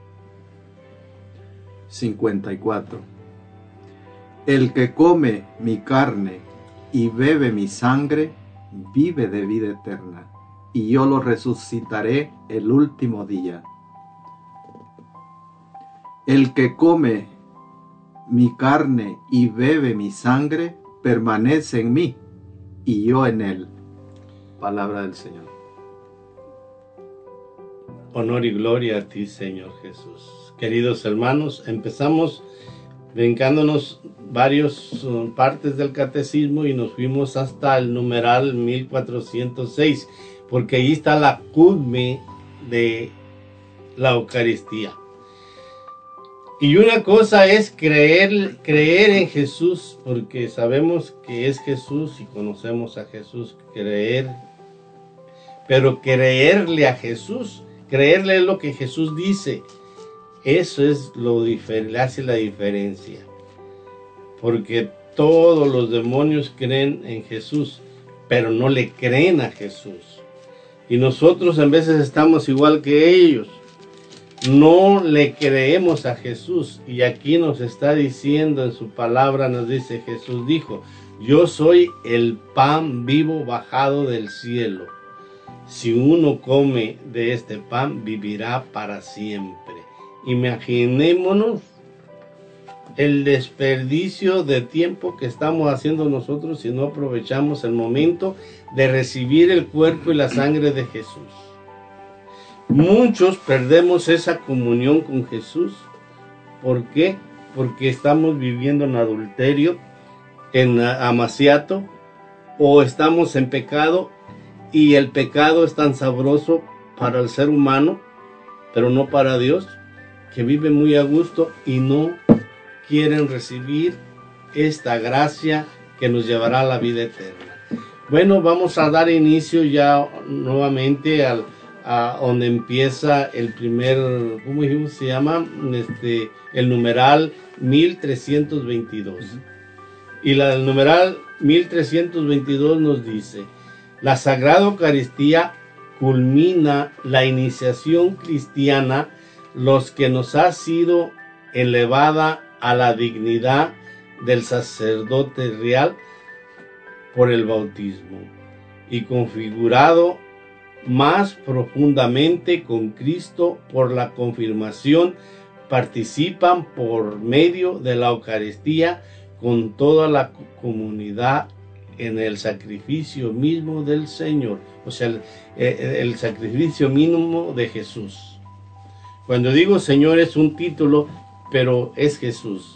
cincuenta y cuatro. El que come mi carne y bebe mi sangre, vive de vida eterna, y yo lo resucitaré el último día. El que come mi carne y bebe mi sangre, permanece en mí, y yo en él. Palabra del Señor. Honor y gloria a ti, Señor Jesús. Queridos hermanos, empezamos brincándonos varias uh, partes del catecismo y nos fuimos hasta el numeral mil cuatrocientos seis, porque ahí está la culme de la Eucaristía. Y una cosa es creer, creer en Jesús, porque sabemos que es Jesús y conocemos a Jesús, creer. Pero creerle a Jesús, creerle es lo que Jesús dice. Eso es lo que hace la diferencia. Porque todos los demonios creen en Jesús, pero no le creen a Jesús. Y nosotros en veces estamos igual que ellos. No le creemos a Jesús, y aquí nos está diciendo en su palabra, nos dice, Jesús dijo: yo soy el pan vivo bajado del cielo. Si uno come de este pan, vivirá para siempre. Imaginémonos el desperdicio de tiempo que estamos haciendo nosotros si no aprovechamos el momento de recibir el cuerpo y la sangre de Jesús. Muchos perdemos esa comunión con Jesús. ¿Por qué? Porque estamos viviendo en adulterio, en amaciato, o estamos en pecado, y el pecado es tan sabroso para el ser humano, pero no para Dios, que vive muy a gusto y no quieren recibir esta gracia que nos llevará a la vida eterna. Bueno, vamos a dar inicio ya nuevamente al, a donde empieza el primer, ¿cómo dijimos? Se llama este, el numeral mil trescientos veintidós. Y la, el numeral mil trescientos veintidós nos dice: la Sagrada Eucaristía culmina la iniciación cristiana, los que nos ha sido elevada a la dignidad del sacerdote real por el bautismo y configurado más profundamente con Cristo por la confirmación, participan por medio de la Eucaristía con toda la comunidad en el sacrificio mismo del Señor, o sea, el, el sacrificio mínimo de Jesús. Cuando digo Señor es un título, pero es Jesús.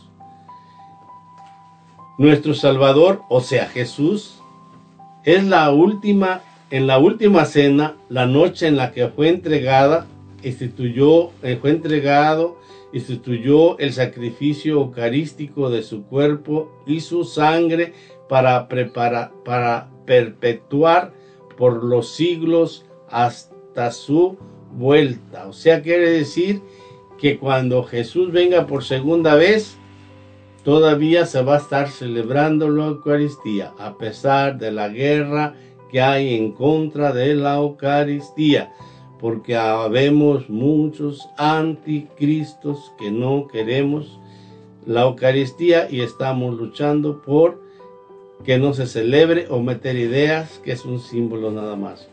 Nuestro Salvador, o sea, Jesús, es la última, en la última cena, la noche en la que fue entregada, instituyó, fue entregado, instituyó el sacrificio eucarístico de su cuerpo y su sangre para preparar, para perpetuar por los siglos hasta su vuelta. O sea, quiere decir que cuando Jesús venga por segunda vez, todavía se va a estar celebrando la Eucaristía, a pesar de la guerra que hay en contra de la Eucaristía, porque habemos muchos anticristos que no queremos la Eucaristía y estamos luchando por que no se celebre o meter ideas que es un símbolo nada más.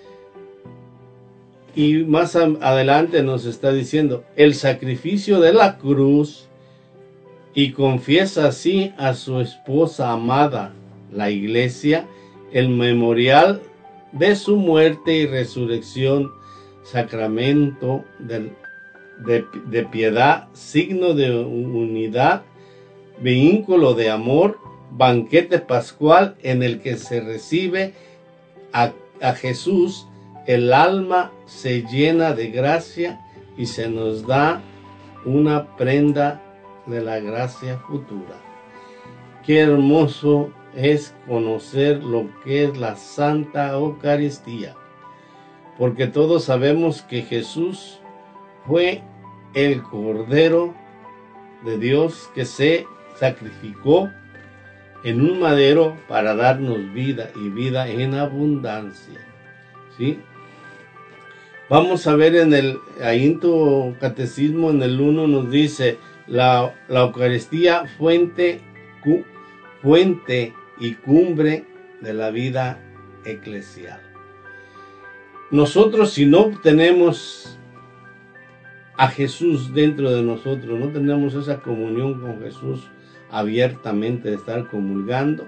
Y más adelante nos está diciendo el sacrificio de la cruz, y confiesa así a su esposa amada, la Iglesia, el memorial de su muerte y resurrección, sacramento de, de, de piedad, signo de unidad, vínculo de amor, banquete pascual en el que se recibe a, a Jesús, el alma se llena de gracia y se nos da una prenda de la gracia futura. Qué hermoso es conocer lo que es la Santa Eucaristía, porque todos sabemos que Jesús fue el Cordero de Dios que se sacrificó en un madero para darnos vida y vida en abundancia. ¿Sí? Vamos a ver en el, ahí en tu catecismo, en el uno nos dice, la, la Eucaristía fuente, cu, fuente y cumbre de la vida eclesial. Nosotros, si no tenemos a Jesús dentro de nosotros, no tenemos esa comunión con Jesús abiertamente de estar comulgando,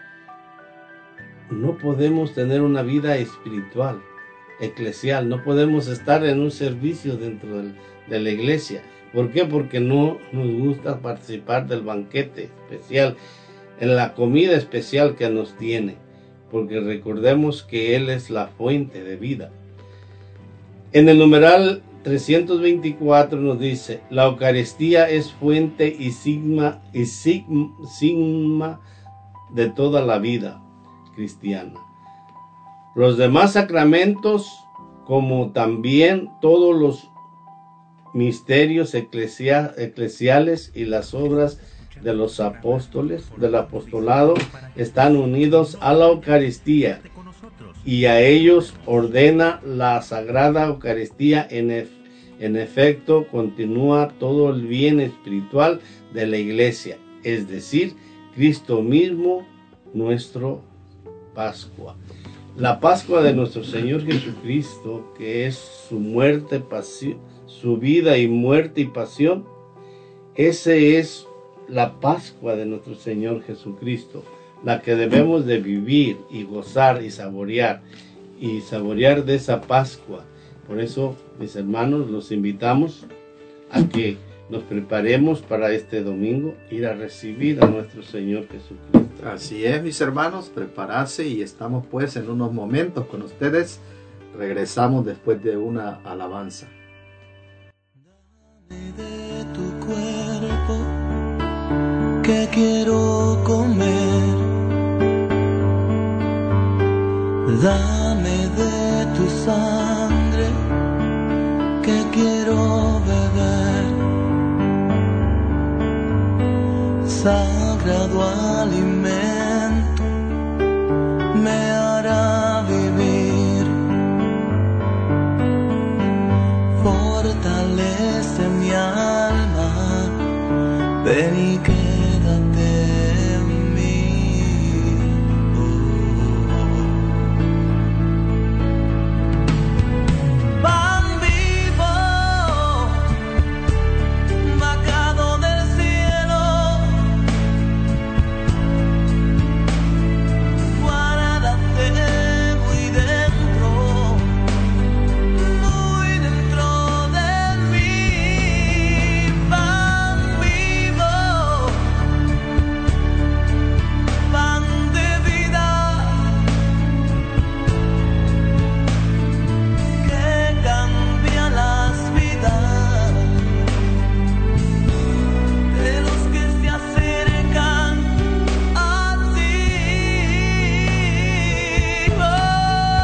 no podemos tener una vida espiritual, eclesial, no podemos estar en un servicio dentro del, de la iglesia. ¿Por qué? Porque no nos gusta participar del banquete especial, en la comida especial que nos tiene, porque recordemos que Él es la fuente de vida. En el numeral trescientos veinticuatro nos dice, la Eucaristía es fuente y sigma, y sigma, sigma de toda la vida cristiana. Los demás sacramentos, como también todos los misterios eclesia, eclesiales y las obras de los apóstoles, del apostolado, están unidos a la Eucaristía, y a ellos ordena la Sagrada Eucaristía. En, ef en efecto, continúa todo el bien espiritual de la Iglesia, es decir, Cristo mismo, nuestro Pascua. La Pascua de nuestro Señor Jesucristo, que es su muerte, pasión, su vida y muerte y pasión, ese es la Pascua de nuestro Señor Jesucristo, la que debemos de vivir y gozar y saborear, y saborear de esa Pascua. Por eso, mis hermanos, los invitamos a que nos preparemos para este domingo, ir a recibir a nuestro Señor Jesucristo. Así es, mis hermanos, prepararse, y estamos pues en unos momentos con ustedes. Regresamos después de una alabanza. Dame de tu cuerpo que quiero comer, dame de tu sangre que quiero beber, sagrado alimento me hará vivir, fortalece mi alma, ven y quédate en mí. Oh. Pan vivo, bajado del cielo, guárdate muy dentro, muy dentro de mí. Pan vivo, pan de vida, que cambia las vidas de los que se acercan a ti. Oh.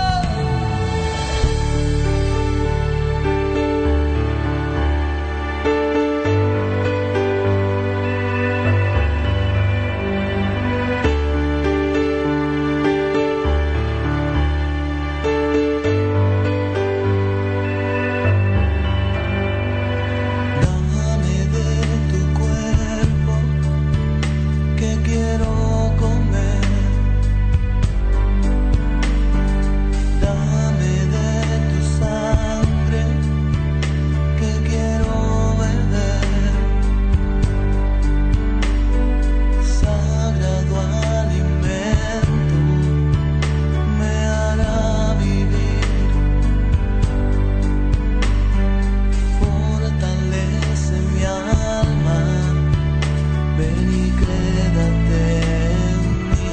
Dame de tu cuerpo que quiero comer, dame de tu sangre que quiero beber, sagrado alimento me hará vivir, fortalece mi alma, ven y quédate en mí.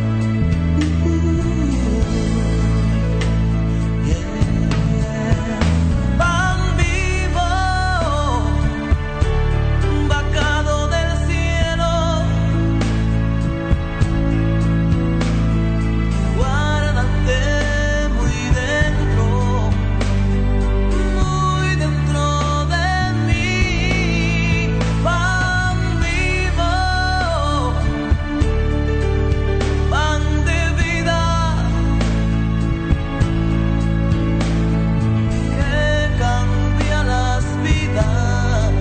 Yeah. Pan vivo, bajado del cielo, guárdate muy dentro, muy dentro de mí. Pan vivo, pan de vida, que cambia las vidas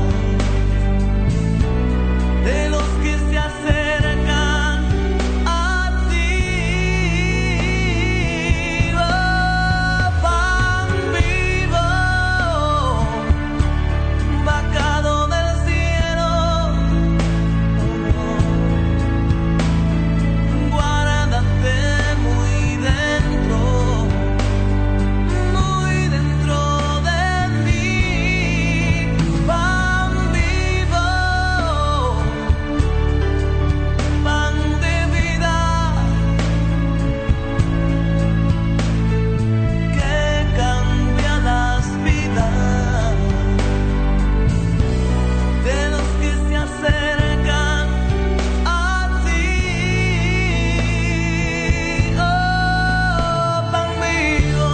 de los que se acercan a ti. Oh, pan vivo, bajado del cielo, guárdate muy dentro, muy dentro de mí. Pan vivo, pan de vida, que cambia las vidas de los que se acercan a ti. Oh, pan vivo.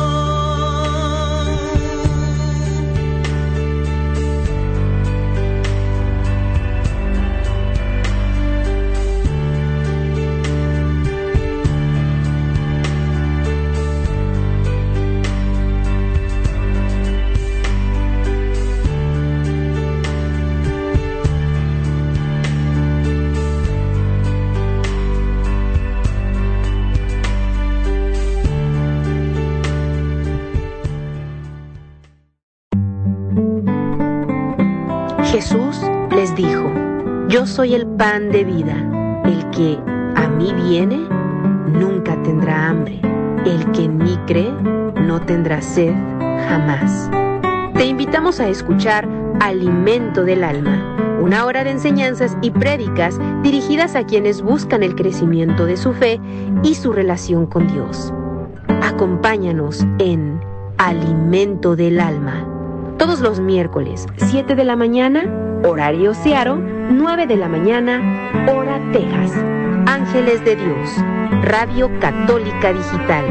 Jesús les dijo: Yo soy el pan de vida. El que a mí viene, nunca tendrá hambre. El que en mí cree, no tendrá sed jamás. Te invitamos a escuchar Alimento del Alma, una hora de enseñanzas y prédicas dirigidas a quienes buscan el crecimiento de su fe y su relación con Dios. Acompáñanos en Alimento del Alma, todos los miércoles, siete de la mañana, horario Seattle, nueve de la mañana, hora Texas. Ángeles de Dios, Radio Católica Digital.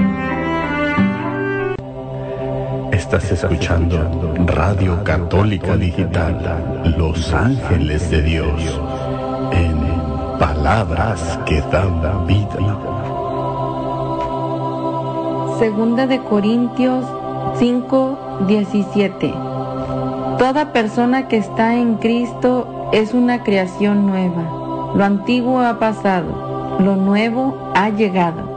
Estás escuchando Radio Católica Digital, Los Ángeles de Dios, en palabras que dan vida. Segunda de Corintios cinco, diecisiete. Toda persona que está en Cristo es una creación nueva. Lo antiguo ha pasado, lo nuevo ha llegado.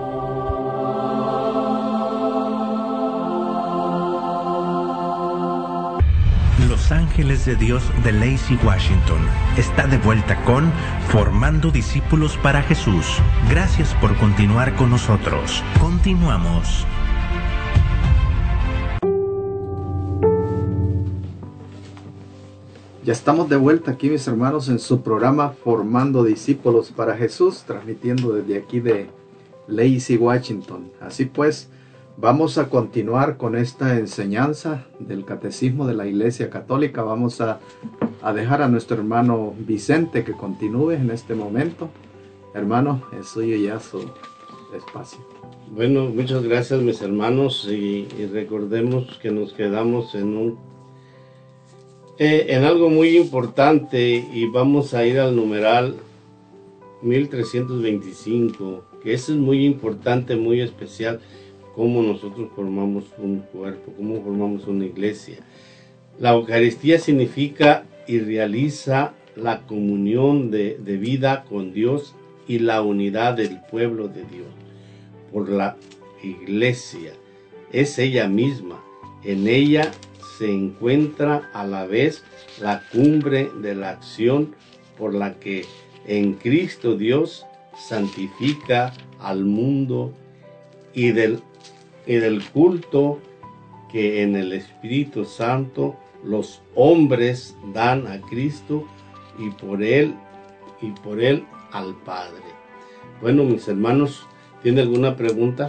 Los Ángeles de Dios de Lacey Washington está de vuelta con Formando Discípulos para Jesús. Gracias por continuar con nosotros. Continuamos. Ya estamos de vuelta aquí, mis hermanos, en su programa Formando Discípulos para Jesús, transmitiendo desde aquí de Lacey, Washington. Así pues, vamos a continuar con esta enseñanza del Catecismo de la Iglesia Católica. Vamos a, a dejar a nuestro hermano Vicente que continúe en este momento. Hermano, es suyo ya su espacio. Bueno, muchas gracias, mis hermanos, y, y recordemos que nos quedamos en un Eh, en algo muy importante, y vamos a ir al numeral mil trescientos veinticinco, que eso es muy importante, muy especial, cómo nosotros formamos un cuerpo, cómo formamos una iglesia. La Eucaristía significa y realiza la comunión de, de vida con Dios y la unidad del pueblo de Dios por la iglesia. Es ella misma, en ella se encuentra a la vez la cumbre de la acción por la que en Cristo Dios santifica al mundo y del, y del culto que en el Espíritu Santo los hombres dan a Cristo y por él y por él al Padre. Bueno, mis hermanos, ¿tiene alguna pregunta?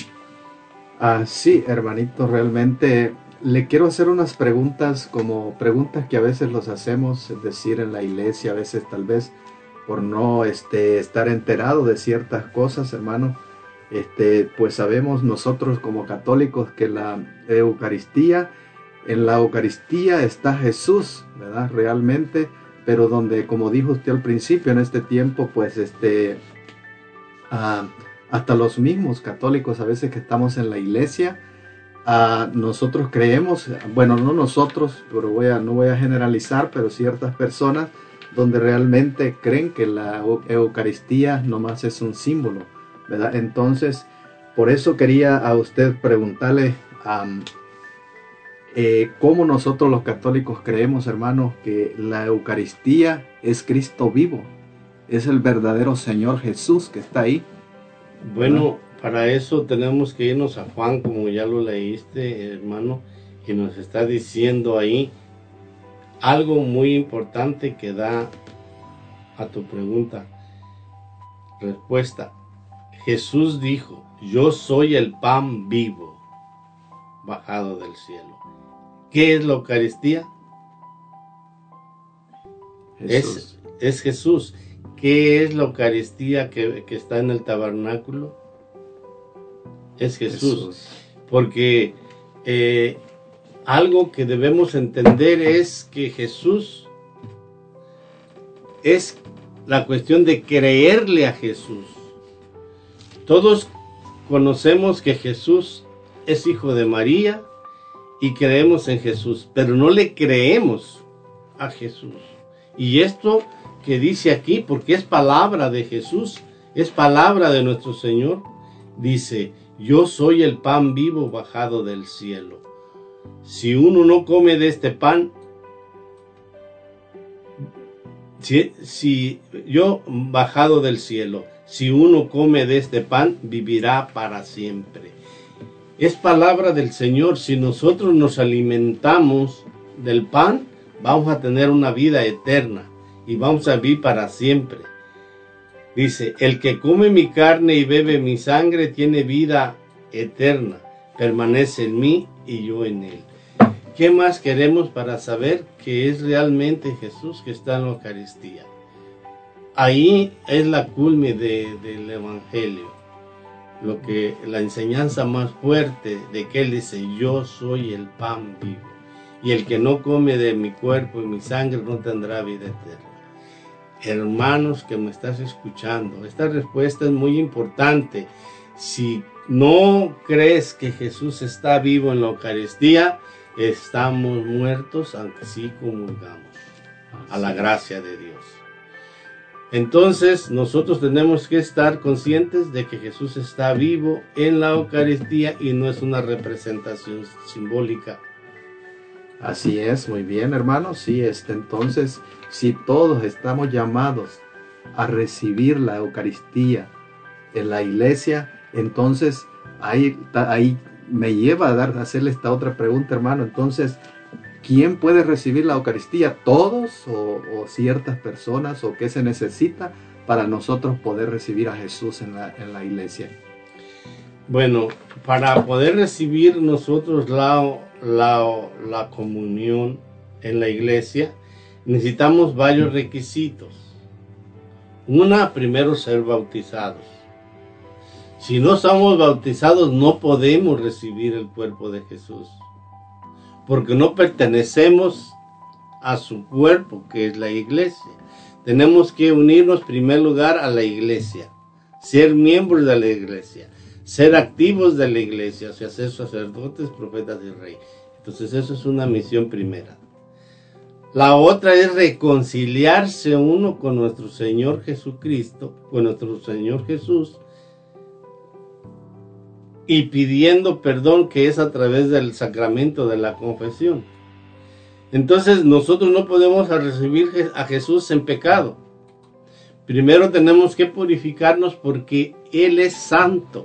Ah, sí, hermanito, realmente le quiero hacer unas preguntas, como preguntas que a veces los hacemos, es decir, en la iglesia, a veces tal vez por no este, estar enterado de ciertas cosas, hermano. Este, pues sabemos nosotros como católicos que la Eucaristía, en la Eucaristía está Jesús, ¿verdad? Realmente, pero donde, como dijo usted al principio, en este tiempo, pues este, ah, hasta los mismos católicos a veces que estamos en la iglesia, Uh, nosotros creemos, bueno, no nosotros, pero voy a, no voy a generalizar, pero ciertas personas donde realmente creen que la Eucaristía nomás es un símbolo, ¿verdad? Entonces, por eso quería a usted preguntarle um, eh, cómo nosotros los católicos creemos, hermanos, que la Eucaristía es Cristo vivo, es el verdadero Señor Jesús que está ahí. Bueno, ¿verdad? Para eso tenemos que irnos a Juan, como ya lo leíste, hermano, y nos está diciendo ahí algo muy importante que da a tu pregunta respuesta. Jesús dijo, yo soy el pan vivo bajado del cielo. ¿Qué es la Eucaristía? Es, es Jesús. ¿Qué es la Eucaristía que, que está en el tabernáculo? Es Jesús, Jesús. Porque eh, algo que debemos entender es que Jesús es la cuestión de creerle a Jesús. Todos conocemos que Jesús es hijo de María y creemos en Jesús, pero no le creemos a Jesús. Y esto que dice aquí, porque es palabra de Jesús, es palabra de nuestro Señor, dice, yo soy el pan vivo bajado del cielo. Si uno no come de este pan, si, si yo bajado del cielo, si uno come de este pan, vivirá para siempre. Es palabra del Señor. Si nosotros nos alimentamos del pan, vamos a tener una vida eterna y vamos a vivir para siempre. Dice, el que come mi carne y bebe mi sangre tiene vida eterna, permanece en mí y yo en él. ¿Qué más queremos para saber que es realmente Jesús que está en la Eucaristía? Ahí es la culme de, del Evangelio, lo que la enseñanza más fuerte de que Él dice, yo soy el pan vivo, y el que no come de mi cuerpo y mi sangre no tendrá vida eterna. Hermanos que me estás escuchando, esta respuesta es muy importante. Si no crees que Jesús está vivo en la Eucaristía, estamos muertos, aunque sí comulgamos a la gracia de Dios. Entonces nosotros tenemos que estar conscientes de que Jesús está vivo en la Eucaristía y no es una representación simbólica. Así es, muy bien, hermanos. Sí, este, entonces, si todos estamos llamados a recibir la Eucaristía en la iglesia, entonces ahí, ahí me lleva a, dar, a hacerle esta otra pregunta, hermano. Entonces, ¿quién puede recibir la Eucaristía? ¿Todos o, o ciertas personas? ¿O qué se necesita para nosotros poder recibir a Jesús en la, en la iglesia? Bueno, para poder recibir nosotros la, la, la comunión en la iglesia, necesitamos varios requisitos. Una, primero ser bautizados. Si no somos bautizados, no podemos recibir el cuerpo de Jesús, porque no pertenecemos a su cuerpo, que es la iglesia. Tenemos que unirnos en primer lugar a la iglesia, ser miembros de la iglesia, ser activos de la iglesia, o sea, ser sacerdotes, profetas y reyes. Entonces eso es una misión primera. La otra es reconciliarse uno con nuestro Señor Jesucristo, con nuestro Señor Jesús, y pidiendo perdón, que es a través del sacramento de la confesión. Entonces nosotros no podemos recibir a Jesús en pecado. Primero tenemos que purificarnos porque Él es santo.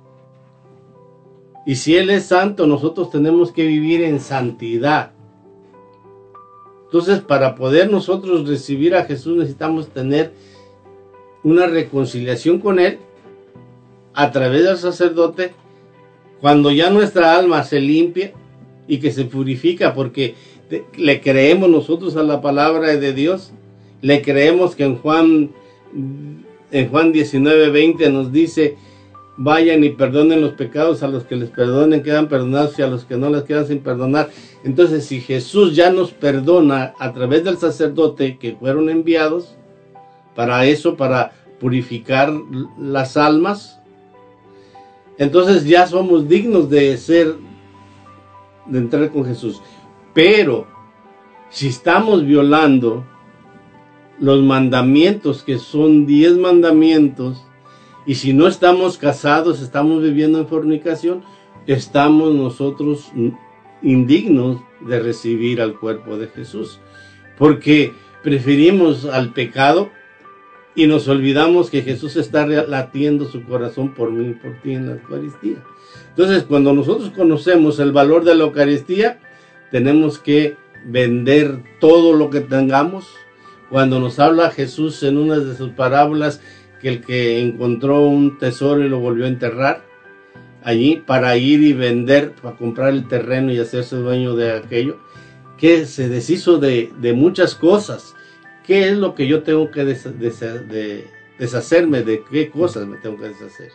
Y si Él es santo, nosotros tenemos que vivir en santidad. Entonces, para poder nosotros recibir a Jesús, necesitamos tener una reconciliación con Él a través del sacerdote, cuando ya nuestra alma se limpia y que se purifica, porque le creemos nosotros a la palabra de Dios. Le creemos que en Juan, en Juan diecinueve veinte nos dice, vayan y perdonen los pecados, a los que les perdonen quedan perdonados y a los que no les quedan sin perdonar. Entonces, si Jesús ya nos perdona a través del sacerdote que fueron enviados para eso, para purificar las almas, entonces ya somos dignos de ser, de entrar con Jesús. Pero si estamos violando los mandamientos, que son diez mandamientos, y si no estamos casados, estamos viviendo en fornicación, estamos nosotros indignos de recibir al cuerpo de Jesús, porque preferimos al pecado y nos olvidamos que Jesús está latiendo su corazón por mí y por ti en la Eucaristía. Entonces, cuando nosotros conocemos el valor de la Eucaristía, tenemos que vender todo lo que tengamos. Cuando nos habla Jesús en una de sus parábolas, que el que encontró un tesoro y lo volvió a enterrar allí para ir y vender, para comprar el terreno y hacerse dueño de aquello, que se deshizo de, de muchas cosas. ¿Qué es lo que yo tengo que des, des, de, deshacerme? ¿De qué cosas me tengo que deshacer?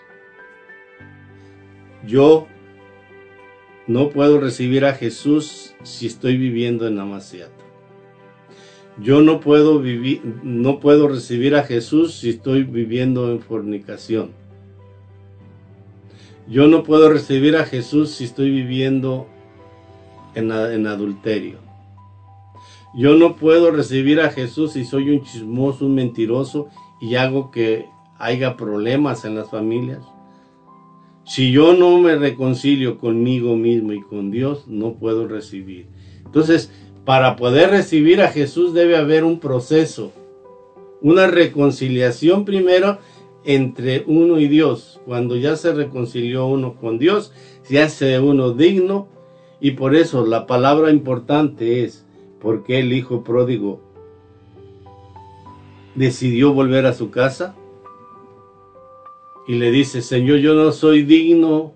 Yo no puedo recibir a Jesús si estoy viviendo en amaciato. Yo no puedo vivir, no puedo recibir a Jesús si estoy viviendo en fornicación. Yo no puedo recibir a Jesús si estoy viviendo en, en adulterio. Yo no puedo recibir a Jesús si soy un chismoso, un mentiroso y hago que haya problemas en las familias. Si yo no me reconcilio conmigo mismo y con Dios, no puedo recibir. Entonces, para poder recibir a Jesús debe haber un proceso una reconciliación primero entre uno y Dios. Cuando ya se reconcilió uno con Dios, se hace uno digno, y por eso la palabra importante es, ¿por qué el hijo pródigo decidió volver a su casa? Y le dice, Señor, yo no soy digno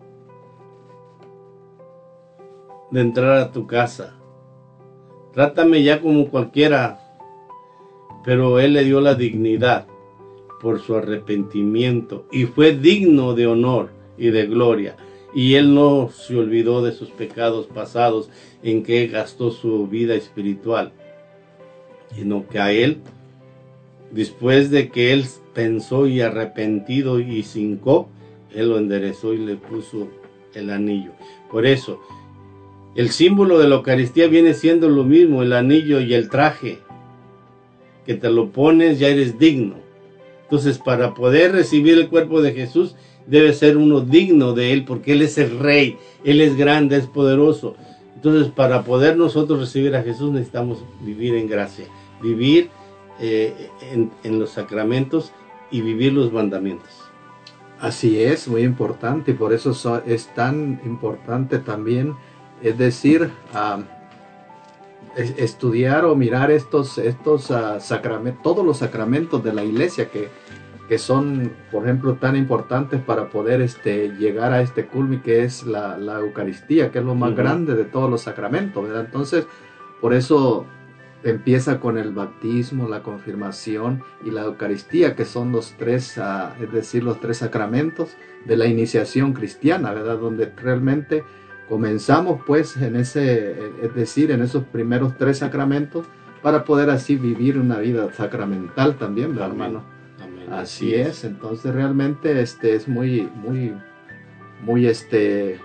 de entrar a tu casa. Trátame ya como cualquiera. Pero él le dio la dignidad por su arrepentimiento y fue digno de honor y de gloria. Y él no se olvidó de sus pecados pasados en que gastó su vida espiritual, sino que a él, después de que él pensó y arrepentido y se hincó, él lo enderezó y le puso el anillo. Por eso, el símbolo de la Eucaristía viene siendo lo mismo, el anillo y el traje, que te lo pones, ya eres digno. Entonces, para poder recibir el cuerpo de Jesús, debe ser uno digno de Él, porque Él es el Rey, Él es grande, es poderoso. Entonces, para poder nosotros recibir a Jesús, necesitamos vivir en gracia, vivir eh, en, en los sacramentos y vivir los mandamientos. Así es, muy importante, y por eso so, es tan importante también, es decir, uh, es, estudiar o mirar estos, estos uh, sacramentos, todos los sacramentos de la iglesia que, que son, por ejemplo, tan importantes para poder este, llegar a este culmen que es la, la Eucaristía, que es lo más uh-huh. grande de todos los sacramentos, ¿verdad? Entonces, por eso empieza con el bautismo, la confirmación y la Eucaristía, que son los tres, uh, es decir, los tres sacramentos de la iniciación cristiana, ¿verdad? Donde realmente comenzamos pues en ese, es decir, en esos primeros tres sacramentos para poder así vivir una vida sacramental también, ¿verdad, hermano? Amén. Así es. es, entonces realmente este es muy, muy, muy este,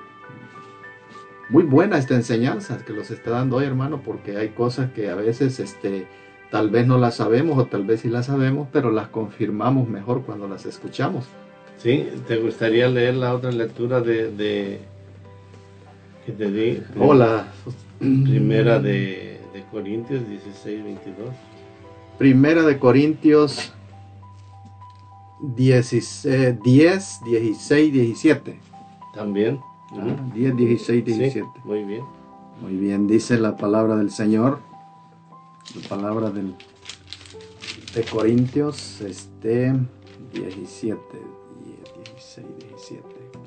muy buena esta enseñanza que los está dando hoy, hermano, porque hay cosas que a veces este, tal vez no las sabemos o tal vez sí las sabemos, pero las confirmamos mejor cuando las escuchamos. Sí, ¿te gustaría leer la otra lectura de... de... que te di? Hola. Primera de, de Corintios dieciséis, veintidós. Primera de Corintios diez, dieciséis, diecisiete. También. Ah, diez, dieciséis, diecisiete. Sí, muy bien. Muy bien, dice la palabra del Señor. La palabra del, de Corintios, este, diecisiete, dieciséis, diecisiete.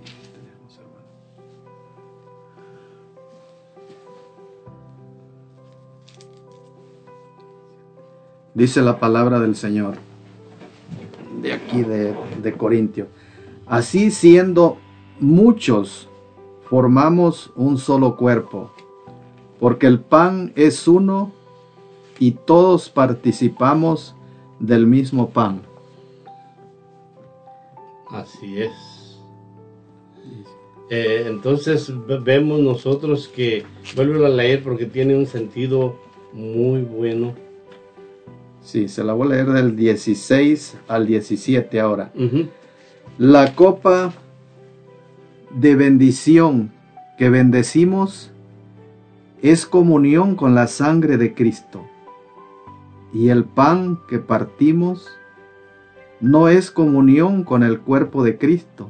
Dice la palabra del Señor, de aquí de, de Corintios. Así siendo muchos, formamos un solo cuerpo, porque el pan es uno y todos participamos del mismo pan. Así es. Eh, entonces vemos nosotros que, vuelvo a leer porque tiene un sentido muy bueno. Sí, se la voy a leer del dieciséis al diecisiete ahora. Uh-huh. La copa de bendición que bendecimos es comunión con la sangre de Cristo. Y el pan que partimos no es comunión con el cuerpo de Cristo.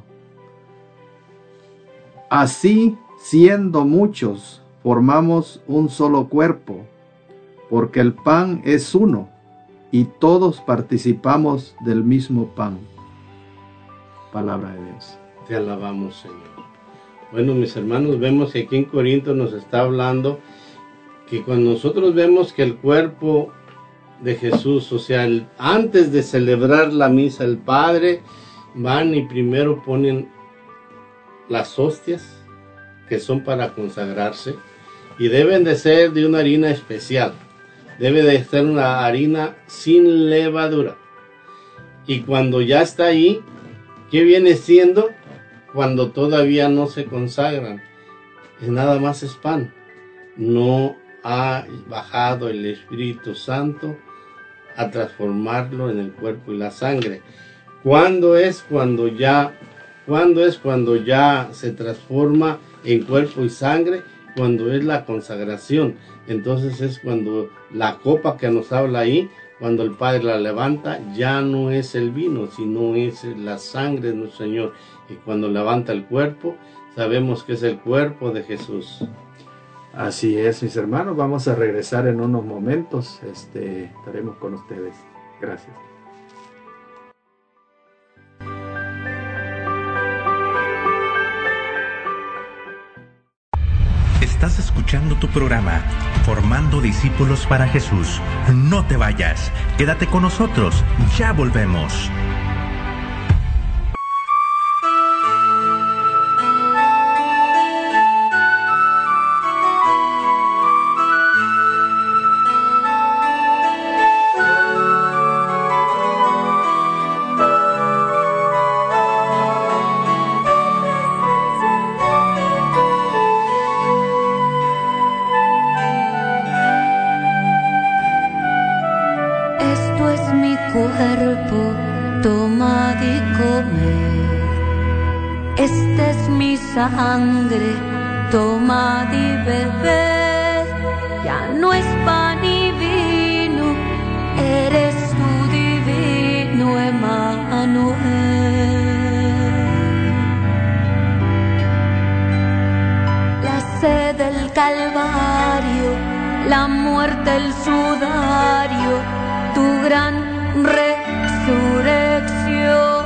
Así, siendo muchos, formamos un solo cuerpo, porque el pan es uno, y todos participamos del mismo pan. Palabra de Dios. Te alabamos, Señor. Bueno, mis hermanos, vemos que aquí en Corinto nos está hablando que cuando nosotros vemos que el cuerpo de Jesús, o sea, el, antes de celebrar la misa, el Padre van y primero ponen las hostias que son para consagrarse y deben de ser de una harina especial. Debe de ser una harina sin levadura. Y cuando ya está ahí, ¿qué viene siendo? Cuando todavía no se consagran. Es nada más es pan. No ha bajado el Espíritu Santo a transformarlo en el cuerpo y la sangre. ¿Cuándo es cuando ya, cuándo es cuando ya se transforma en cuerpo y sangre? Cuando es la consagración. Entonces es cuando la copa que nos habla ahí cuando el Padre la levanta, ya no es el vino, sino es la sangre de nuestro Señor. Y cuando levanta el cuerpo, sabemos que es el cuerpo de Jesús. Así es, mis hermanos. Vamos a regresar en unos momentos. Este, estaremos con ustedes. Gracias. Estás escuchando tu programa, Formando Discípulos para Jesús. No te vayas, quédate con nosotros, ya volvemos. Sangre, tomad y bebed, ya no es pan y vino, eres tu divino Emmanuel. La sed del Calvario, la muerte, el sudario, tu gran resurrección.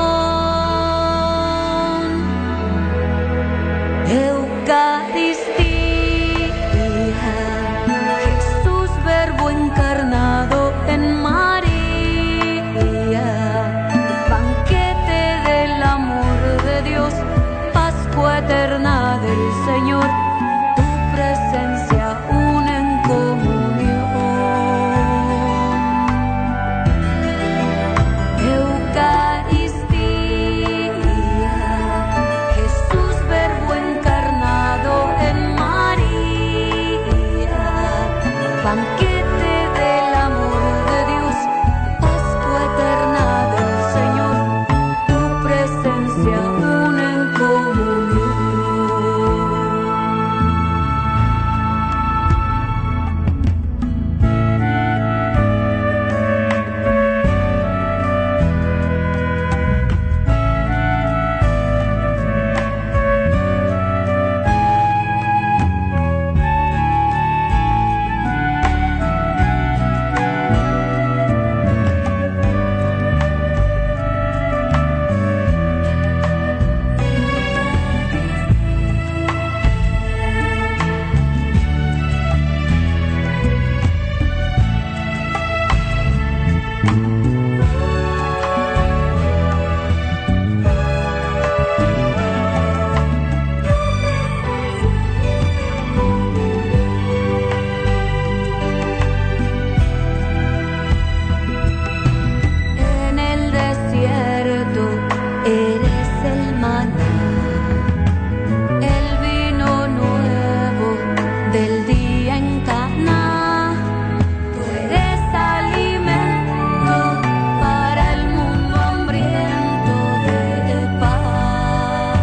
Eucaristía, Jesús verbo encarnado en María, banquete del amor de Dios, Pascua eterna del Señor, tu presencia une en comunión. Eucaristía, Jesús verbo encarnado en María, banquete del amor de Dios, Pascua eterna del Señor, tu presencia une en comunión. En el desierto eres el maná, el vino nuevo del día en Caná. Tú eres alimento para el mundo hambriento de paz.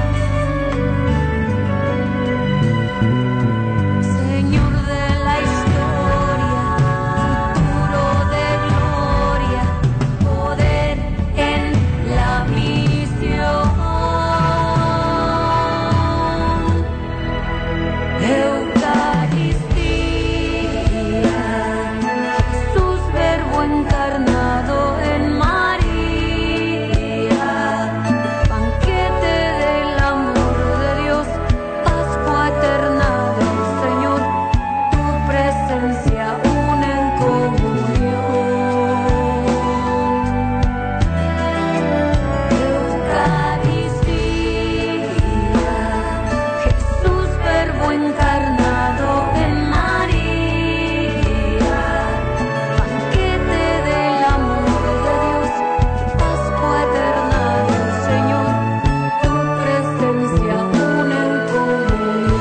Señor de la historia, futuro de gloria, poder en la misión. Eucaristía, Jesús verbo encarnado en María, banquete del amor de Dios, Pascua eterna del Señor, tu presencia une en comunión. Eucaristía, Jesús verbo encarnado en María, banquete del amor de Dios, Pascua eterna del Señor, tu presencia une en comunión.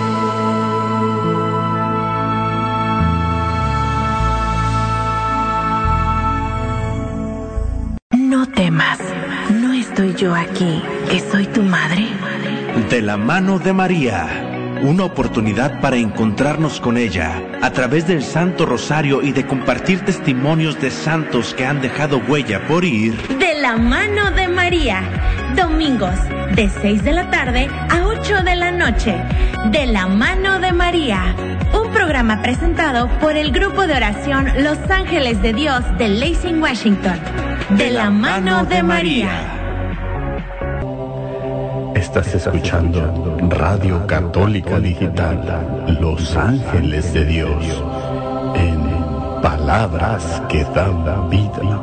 No temas, no estoy yo aquí, que soy tu madre. De la mano de María, una oportunidad para encontrarnos con ella, a través del Santo Rosario y de compartir testimonios de santos que han dejado huella por ir. De la mano de María, domingos de seis de la tarde a ocho de la noche. De la mano de María, un programa presentado por el grupo de oración Los Ángeles de Dios de Lansing, Washington. De, de la, la mano, mano de, de María. María. Estás escuchando Radio Católica Digital, Los Ángeles de Dios, en palabras que dan vida.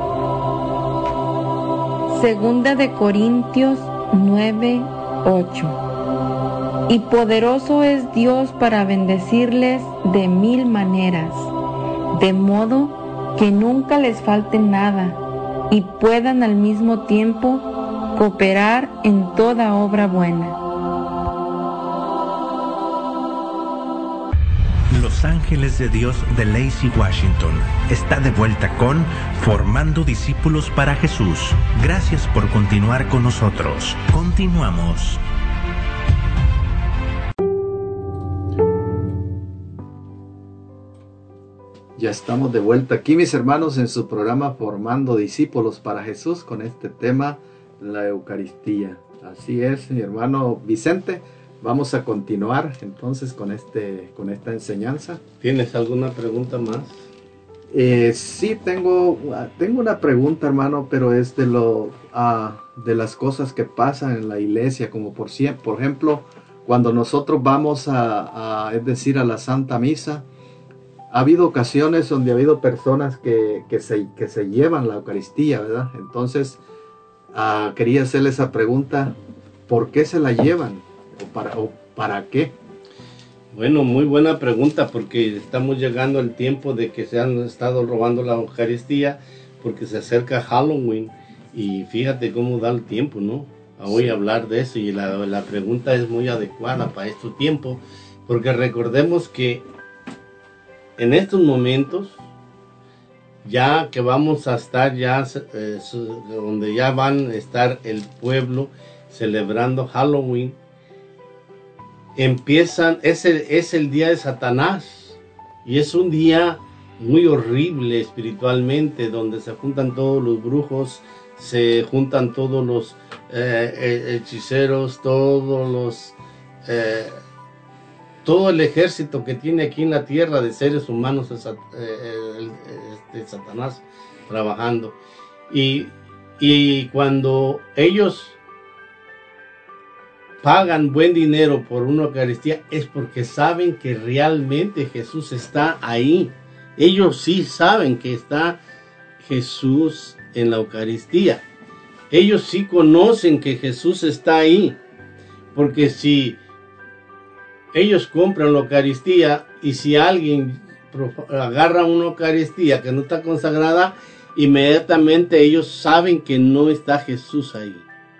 Segunda de Corintios nueve, ocho. Y poderoso es Dios para bendecirles de mil maneras, de modo que nunca les falte nada y puedan al mismo tiempo cooperar en toda obra buena. Los Ángeles de Dios de Lansing, Washington está de vuelta con Formando Discípulos para Jesús. Gracias por continuar con nosotros. Continuamos. Ya estamos de vuelta aquí, mis hermanos, en su programa Formando Discípulos para Jesús, con este tema, la Eucaristía. Así es, mi hermano Vicente. Vamos a continuar entonces con este con esta enseñanza. ¿Tienes alguna pregunta más? Eh, sí, tengo tengo una pregunta, hermano, pero es de lo uh, de las cosas que pasan en la iglesia, como por siempre, por ejemplo, cuando nosotros vamos a, a es decir, a la Santa Misa. Ha habido ocasiones donde ha habido personas que, que, se, que se llevan la Eucaristía, ¿verdad? Entonces, uh, quería hacerle esa pregunta, ¿por qué se la llevan? ¿O para, o para qué? Bueno, muy buena pregunta, porque estamos llegando al tiempo de que se han estado robando la Eucaristía, porque se acerca Halloween, y fíjate cómo da el tiempo, ¿no? A hoy sí. Hablar de eso, y la, la pregunta es muy adecuada para este tiempo, porque recordemos que en estos momentos, ya que vamos a estar ya, eh, donde ya van a estar el pueblo celebrando Halloween, empiezan, es el, es el día de Satanás, y es un día muy horrible espiritualmente, donde se juntan todos los brujos, se juntan todos los eh, hechiceros, todos los... Eh, todo el ejército que tiene aquí en la tierra de seres humanos es eh, este, Satanás trabajando. Y, y cuando ellos pagan buen dinero por una Eucaristía, es porque saben que realmente Jesús está ahí. Ellos sí saben que está Jesús en la Eucaristía. Ellos sí conocen que Jesús está ahí. Porque si ellos compran la Eucaristía, y si alguien agarra una Eucaristía que no está consagrada, inmediatamente ellos saben que no está Jesús ahí.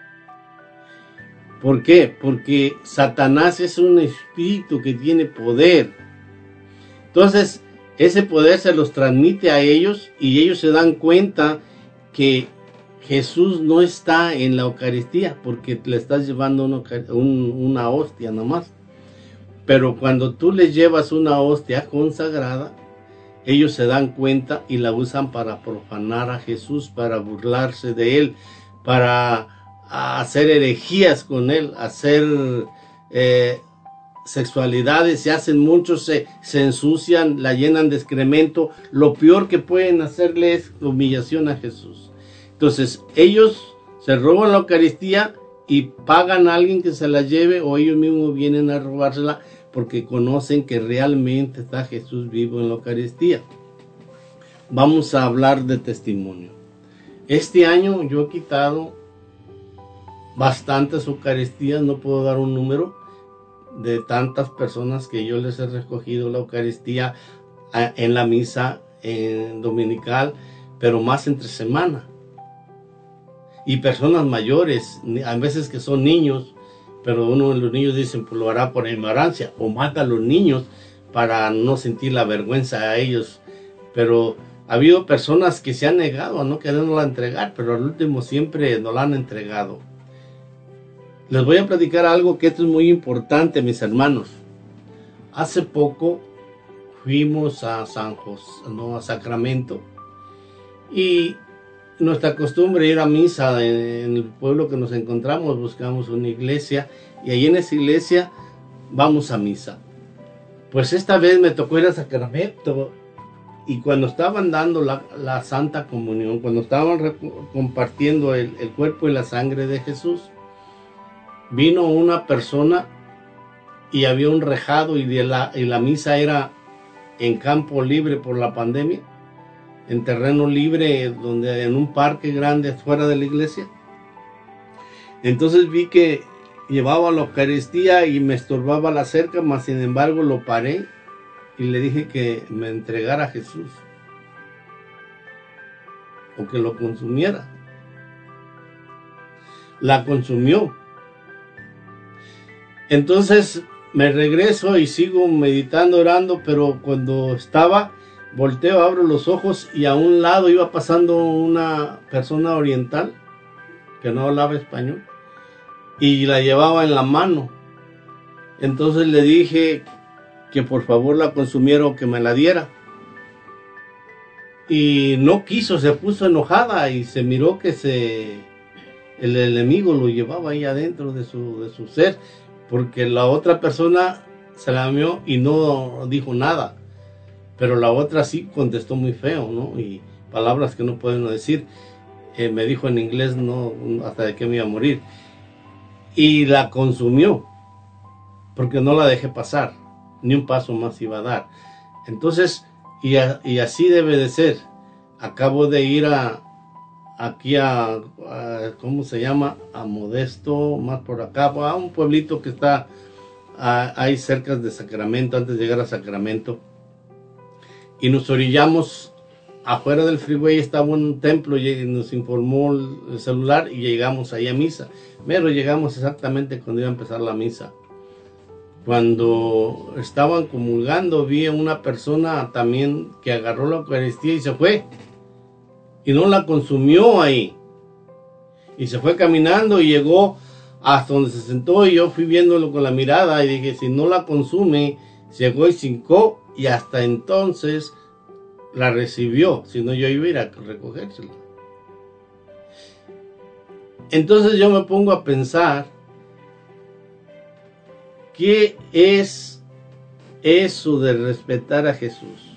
¿Por qué? Porque Satanás es un espíritu que tiene poder. Entonces, ese poder se los transmite a ellos, y ellos se dan cuenta que Jesús no está en la Eucaristía, porque le estás llevando una, un, una hostia nomás. Pero cuando tú les llevas una hostia consagrada, ellos se dan cuenta y la usan para profanar a Jesús, para burlarse de él, para hacer herejías con él, hacer eh, sexualidades, se hacen muchos, se, se ensucian, la llenan de excremento. Lo peor que pueden hacerle es humillación a Jesús. Entonces ellos se roban la Eucaristía y pagan a alguien que se la lleve, o ellos mismos vienen a robársela, porque conocen que realmente está Jesús vivo en la Eucaristía. Vamos a hablar de testimonio. Este año yo he quitado bastantes Eucaristías, no puedo dar un número de tantas personas que yo les he recogido la Eucaristía en la misa en dominical, pero más entre semana. Y personas mayores, a veces que son niños, pero uno de los niños dicen, pues lo hará por ignorancia, o mata a los niños para no sentir la vergüenza a ellos. Pero ha habido personas que se han negado a no querernos la entregar, pero al último siempre nos la han entregado. Les voy a platicar algo que esto es muy importante, mis hermanos. Hace poco fuimos a San José, no, a Sacramento, y nuestra costumbre ir a misa en, en el pueblo que nos encontramos, buscamos una iglesia, y ahí en esa iglesia vamos a misa. Pues esta vez me tocó ir a Sacramento, y cuando estaban dando la, la Santa Comunión, cuando estaban compartiendo el, el cuerpo y la sangre de Jesús, vino una persona y había un rejado, y, de la, y la misa era en campo libre por la pandemia, en terreno libre, donde en un parque grande fuera de la iglesia. Entonces vi que llevaba la Eucaristía y me estorbaba la cerca, mas sin embargo lo paré y le dije que me entregara a Jesús, o que lo consumiera. La consumió. Entonces me regreso y sigo meditando, orando, pero cuando estaba, volteo, abro los ojos y a un lado iba pasando una persona oriental que no hablaba español y la llevaba en la mano. Entonces le dije que por favor la consumiera o que me la diera. Y no quiso, se puso enojada y se miró que se el enemigo lo llevaba ahí adentro de su, de su ser, porque la otra persona se la miró y no dijo nada, pero la otra sí contestó muy feo, ¿no? Y palabras que no pueden decir. Eh, me dijo en inglés, no, hasta de qué me iba a morir. Y la consumió, porque no la dejé pasar, ni un paso más iba a dar. Entonces, y, a, y así debe de ser. Acabo de ir a aquí a, a, ¿cómo se llama? A Modesto, más por acá, a un pueblito que está a, ahí cerca de Sacramento, antes de llegar a Sacramento. Y nos orillamos, afuera del freeway estaba un templo y nos informó el celular y llegamos ahí a misa. Pero llegamos exactamente cuando iba a empezar la misa. Cuando estaban comulgando, vi a una persona también que agarró la Eucaristía y se fue. Y no la consumió ahí. Y se fue caminando y llegó hasta donde se sentó, y yo fui viéndolo con la mirada y dije, si no la consume, llegó y cincó, y hasta entonces la recibió, si no yo iba a ir a recogérsela. Entonces yo me pongo a pensar, ¿qué es eso de respetar a Jesús?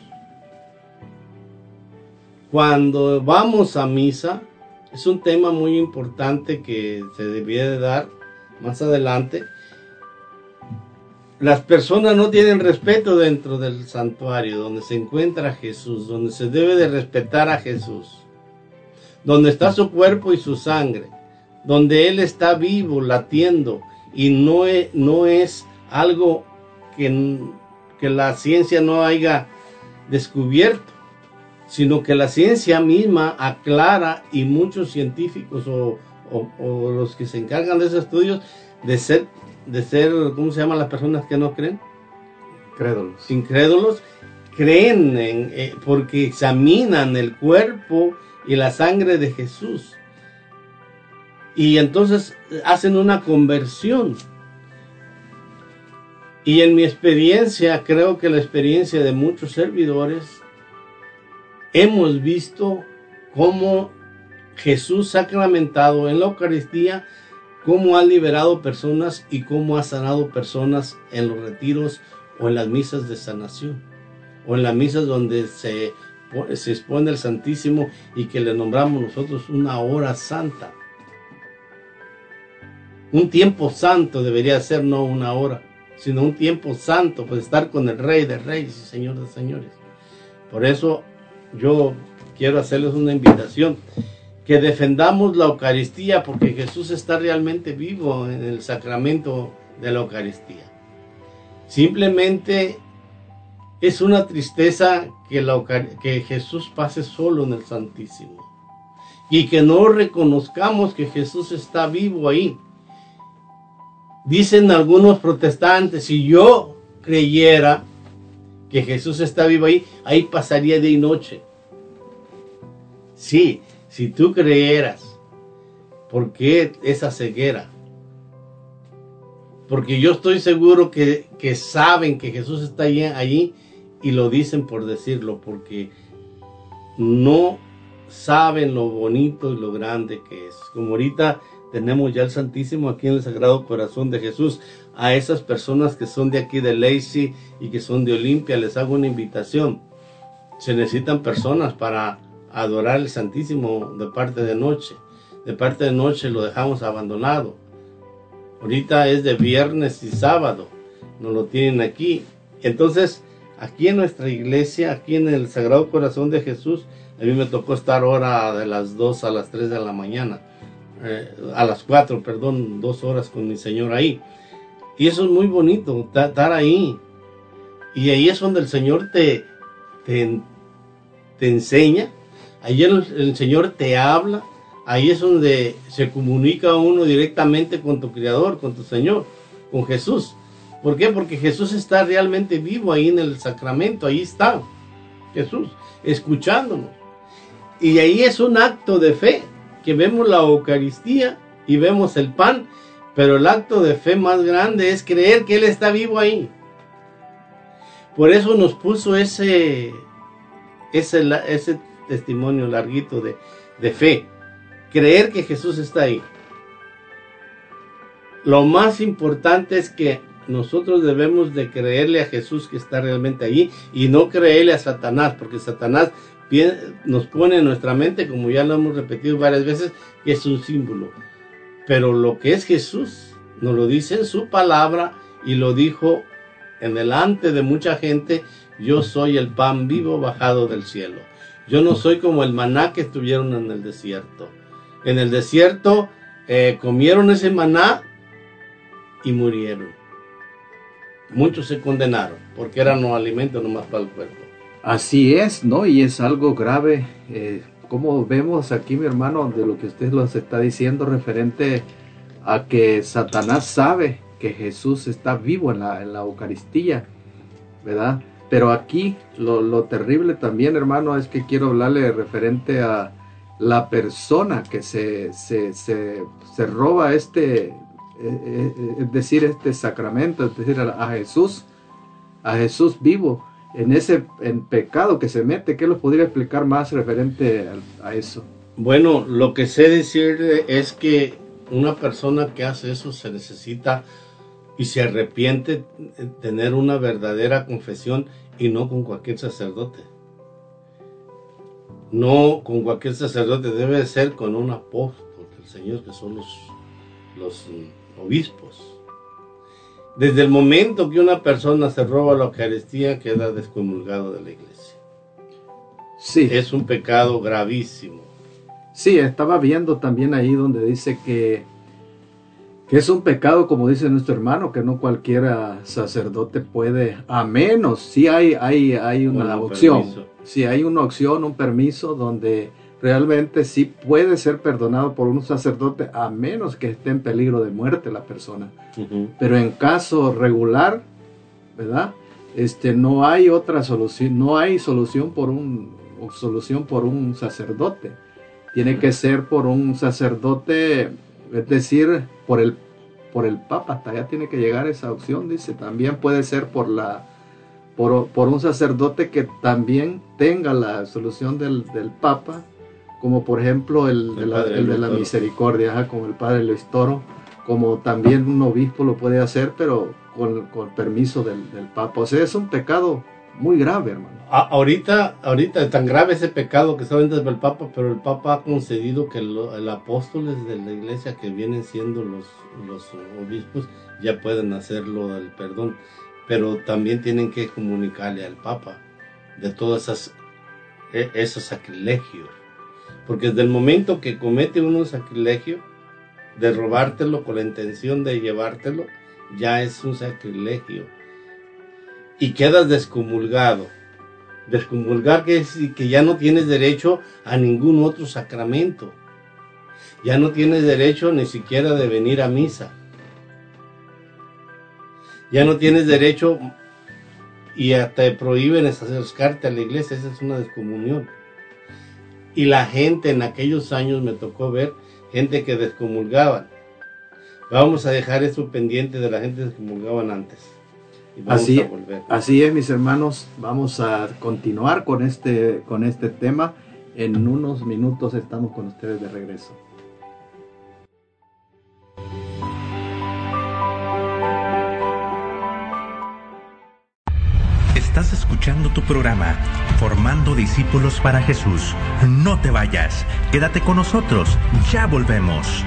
Cuando vamos a misa, es un tema muy importante que se debía de dar más adelante. Las personas no tienen respeto dentro del santuario, donde se encuentra Jesús, donde se debe de respetar a Jesús, donde está su cuerpo y su sangre, donde Él está vivo, latiendo, y no es, no es algo que, que la ciencia no haya descubierto, sino que la ciencia misma aclara, y muchos científicos o, o, o los que se encargan de esos estudios, de ser, de ser, ¿cómo se llaman las personas que no creen? Incrédulos. Incrédulos, creen en, eh, porque examinan el cuerpo y la sangre de Jesús. Y entonces hacen una conversión. Y en mi experiencia, creo que la experiencia de muchos servidores, hemos visto cómo Jesús sacramentado en la Eucaristía, cómo ha liberado personas y cómo ha sanado personas en los retiros o en las misas de sanación, o en las misas donde se, se expone el Santísimo y que le nombramos nosotros una hora santa. Un tiempo santo debería ser, no una hora, sino un tiempo santo, pues estar con el Rey de Reyes y Señor de Señores. Por eso yo quiero hacerles una invitación, que defendamos la Eucaristía, porque Jesús está realmente vivo en el sacramento de la Eucaristía. Simplemente es una tristeza que, la, que Jesús pase solo en el Santísimo, y que no reconozcamos que Jesús está vivo ahí. Dicen algunos protestantes, si yo creyera que Jesús está vivo ahí, ahí pasaría día y noche. Sí, si tú creyeras, ¿por qué esa ceguera? Porque yo estoy seguro que, que saben que Jesús está allí, allí y lo dicen por decirlo, porque no saben lo bonito y lo grande que es. Como ahorita tenemos ya el Santísimo aquí en el Sagrado Corazón de Jesús, a esas personas que son de aquí de Lacey y que son de Olimpia, les hago una invitación. Se necesitan personas para adorar el Santísimo de parte de noche. De parte de noche lo dejamos abandonado. Ahorita es de viernes y sábado, nos lo tienen aquí. Entonces, aquí en nuestra iglesia, aquí en el Sagrado Corazón de Jesús, a mí me tocó estar hora de las dos a las tres de la mañana, eh, a las cuatro, perdón, dos horas con mi Señor ahí. Y eso es muy bonito, estar ahí. Y ahí es donde el Señor te, te, te enseña, ahí el, el Señor te habla, ahí es donde se comunica uno directamente con tu Creador, con tu Señor, con Jesús. ¿Por qué? Porque Jesús está realmente vivo ahí en el sacramento, ahí está Jesús, escuchándonos. Y ahí es un acto de fe, que vemos la Eucaristía y vemos el pan, pero el acto de fe más grande es creer que Él está vivo ahí. Por eso nos puso ese, ese, ese testimonio larguito de, de fe, creer que Jesús está ahí. Lo más importante es que nosotros debemos de creerle a Jesús que está realmente allí y no creerle a Satanás, porque Satanás nos pone en nuestra mente, como ya lo hemos repetido varias veces, que es un símbolo. Pero lo que es Jesús nos lo dice en su palabra y lo dijo en delante de mucha gente: yo soy el pan vivo bajado del cielo. Yo no soy como el maná que estuvieron en el desierto. En el desierto eh, comieron ese maná y murieron. Muchos se condenaron porque eran no alimentos nomás para el cuerpo. Así es, ¿no? Y es algo grave. Eh, como vemos aquí, mi hermano, de lo que usted nos está diciendo referente a que Satanás sabe que Jesús está vivo en la, en la Eucaristía, ¿verdad? Pero aquí lo, lo terrible también, hermano, es que quiero hablarle referente a la persona que se, se, se, se roba este, eh, es decir, este sacramento, es decir, a, a Jesús, a Jesús vivo, en ese en pecado que se mete. ¿Qué lo podría explicar más referente a, a eso? Bueno, lo que sé decirle es que una persona que hace eso se necesita y se arrepiente tener una verdadera confesión, y no con cualquier sacerdote. No con cualquier sacerdote, debe ser con un apóstol del Señor, que son los, los obispos. Desde el momento que una persona se roba la Eucaristía, queda descomulgado de la iglesia. Sí. Es un pecado gravísimo. Sí, estaba viendo también ahí donde dice que, que es un pecado, como dice nuestro hermano, que no cualquier sacerdote puede, a menos si hay, hay, hay una un opción. Permiso. Si hay una opción, un permiso donde realmente sí puede ser perdonado por un sacerdote, a menos que esté en peligro de muerte la persona. Uh-huh. Pero en caso regular, ¿verdad? Este, no hay otra solución, no hay solución por un, solución por un sacerdote. Tiene uh-huh. que ser por un sacerdote, es decir, por el, por el Papa. Hasta allá tiene que llegar esa opción, dice. También puede ser por la por, por un sacerdote que también tenga la solución del, del Papa, como por ejemplo el, el, de, la, el de la misericordia, ajá, como el padre Luis Toro, como también un obispo lo puede hacer, pero con, con permiso del, del Papa. O sea, es un pecado muy grave, hermano. A, ahorita, ahorita es tan grave ese pecado que está dentro del Papa, pero el Papa ha concedido que los el apóstoles de la iglesia, que vienen siendo los, los obispos, ya pueden hacerlo del perdón, pero también tienen que comunicarle al Papa de todos esas, esos sacrilegios. Porque desde el momento que comete uno un sacrilegio, de robártelo con la intención de llevártelo, ya es un sacrilegio. Y quedas descomulgado. Descomulgar que es que ya no tienes derecho a ningún otro sacramento. Ya no tienes derecho ni siquiera de venir a misa. Ya no tienes derecho, y hasta te prohíben acercarte a la iglesia. Esa es una descomunión. Y la gente en aquellos años me tocó ver gente que descomulgaban. Vamos a dejar eso pendiente de la gente que descomulgaban antes. y vamos así, a volver. Así es, mis hermanos, vamos a continuar con este, con este tema. En unos minutos estamos con ustedes de regreso. Estás escuchando tu programa, Formando Discípulos para Jesús. No te vayas, quédate con nosotros, ya volvemos.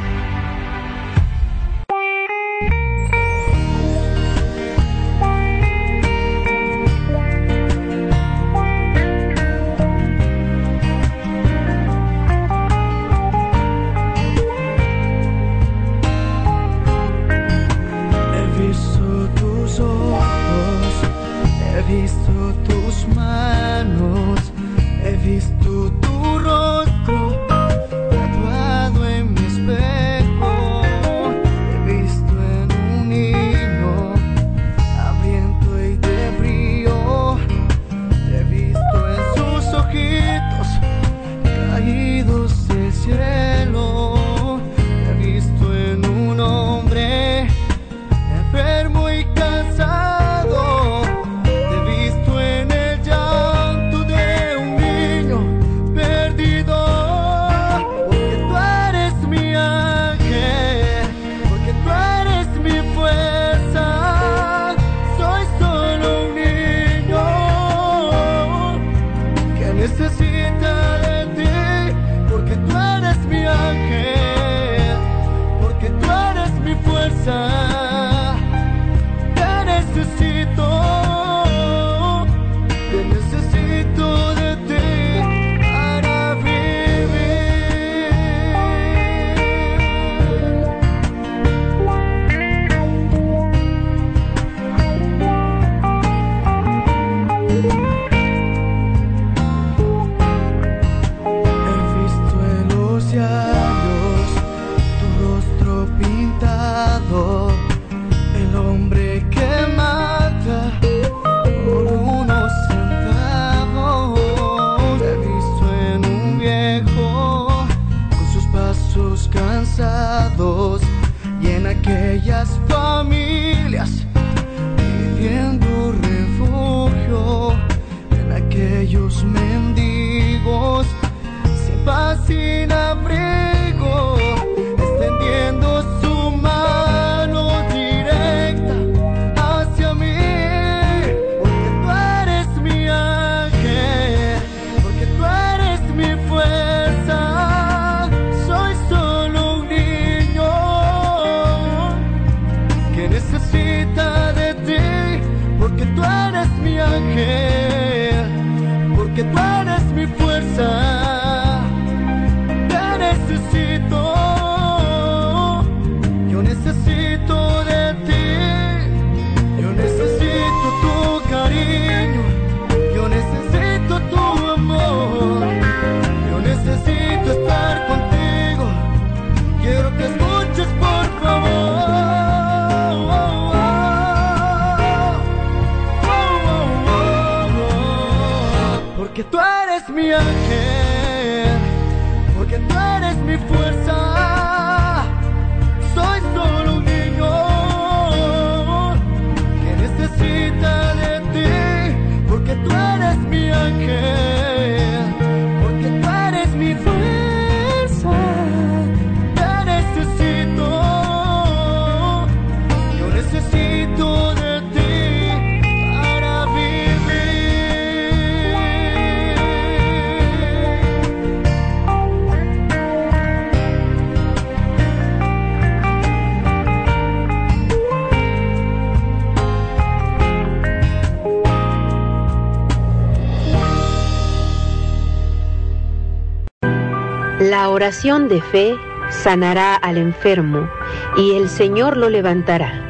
La oración de fe sanará al enfermo y el Señor lo levantará.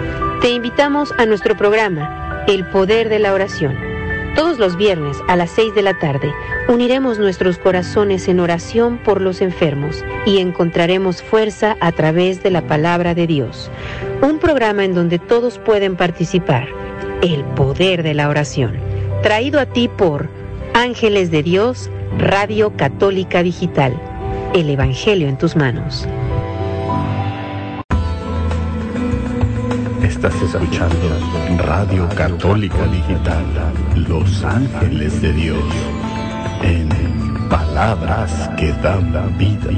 Te invitamos a nuestro programa, El Poder de la Oración. Todos los viernes a las seis de la tarde uniremos nuestros corazones en oración por los enfermos y encontraremos fuerza a través de la palabra de Dios. Un programa en donde todos pueden participar. El Poder de la Oración. Traído a ti por Ángeles de Dios, Radio Católica Digital. El Evangelio en tus manos. Estás escuchando Radio Católica Digital, Los Ángeles de Dios, en Palabras que dan vida.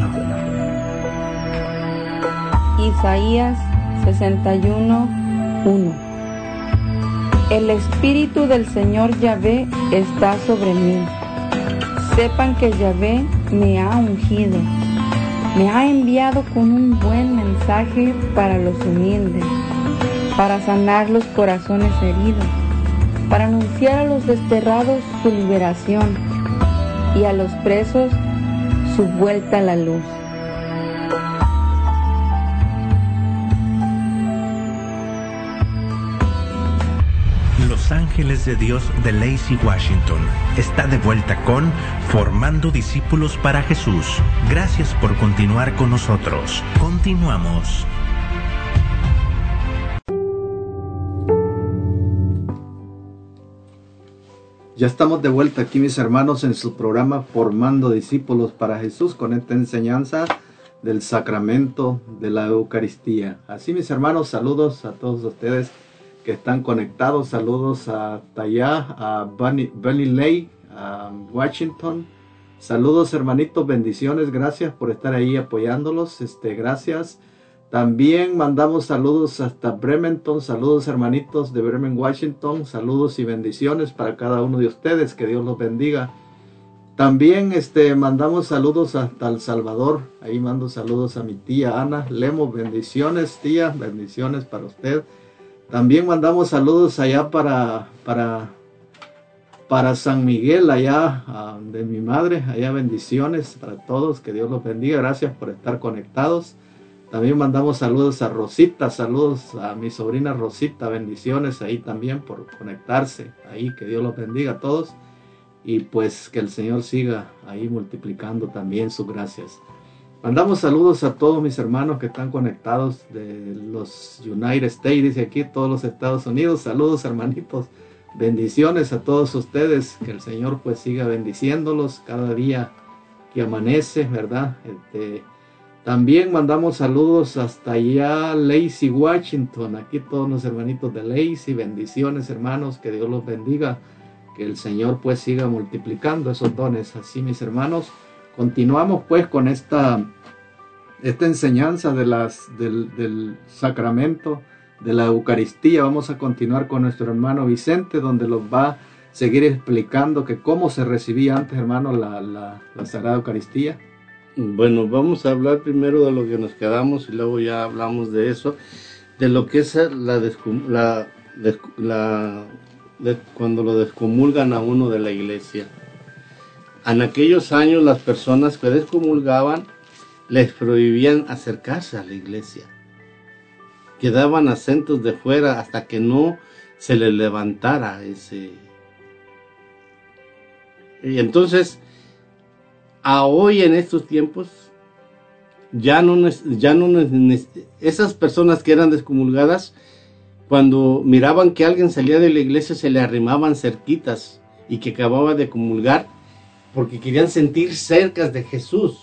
Isaías sesenta y uno, uno. El Espíritu del Señor Yahvé está sobre mí. Sepan que Yahvé me ha ungido. Me ha enviado con un buen mensaje para los humildes, para sanar los corazones heridos, para anunciar a los desterrados su liberación y a los presos su vuelta a la luz. Los Ángeles de Dios de Lacey Washington está de vuelta con Formando Discípulos para Jesús. Gracias por continuar con nosotros. Continuamos. Ya estamos de vuelta aquí, mis hermanos, en su programa Formando Discípulos para Jesús, con esta enseñanza del sacramento de la Eucaristía. Así, mis hermanos, saludos a todos ustedes que están conectados. Saludos hasta allá, a Bunny, Bunny Lake, a Washington. Saludos, hermanitos, bendiciones, gracias por estar ahí apoyándolos, este, gracias. También mandamos saludos hasta Bremerton. Saludos, hermanitos de Bremen, Washington. Saludos y bendiciones para cada uno de ustedes, que Dios los bendiga. También este, mandamos saludos hasta El Salvador. Ahí mando saludos a mi tía Ana Lemos. Bendiciones, tía, bendiciones para usted. También mandamos saludos allá para, para, para San Miguel, allá uh, de mi madre. Allá bendiciones para todos, que Dios los bendiga. Gracias por estar conectados. También mandamos saludos a Rosita, saludos a mi sobrina Rosita, bendiciones ahí también por conectarse. Ahí, que Dios los bendiga a todos. Y pues que el Señor siga ahí multiplicando también sus gracias. Mandamos saludos a todos mis hermanos que están conectados de los United States, dice aquí, todos los Estados Unidos. Saludos, hermanitos, bendiciones a todos ustedes, que el Señor pues siga bendiciéndolos cada día que amanece, ¿verdad? Este, también mandamos saludos hasta allá, Lacey, Washington, aquí todos los hermanitos de Lacey, bendiciones, hermanos, que Dios los bendiga, que el Señor pues siga multiplicando esos dones. Así, mis hermanos, continuamos pues con esta, esta enseñanza de las, del, del sacramento de la Eucaristía. Vamos a continuar con nuestro hermano Vicente, donde los va a seguir explicando que cómo se recibía antes, hermano, la, la, la Sagrada Eucaristía. Bueno, vamos a hablar primero de lo que nos quedamos y luego ya hablamos de eso, de lo que es la, la, la, la de, cuando lo descomulgan a uno de la iglesia. En aquellos años las personas que descomulgaban les prohibían acercarse a la iglesia. Quedaban asentos de fuera hasta que no se les levantara ese. Y entonces, a hoy en estos tiempos, ya no, ya no esas personas que eran descomulgadas, cuando miraban que alguien salía de la iglesia, se le arrimaban cerquitas y que acababa de comulgar, porque querían sentir cerca de Jesús.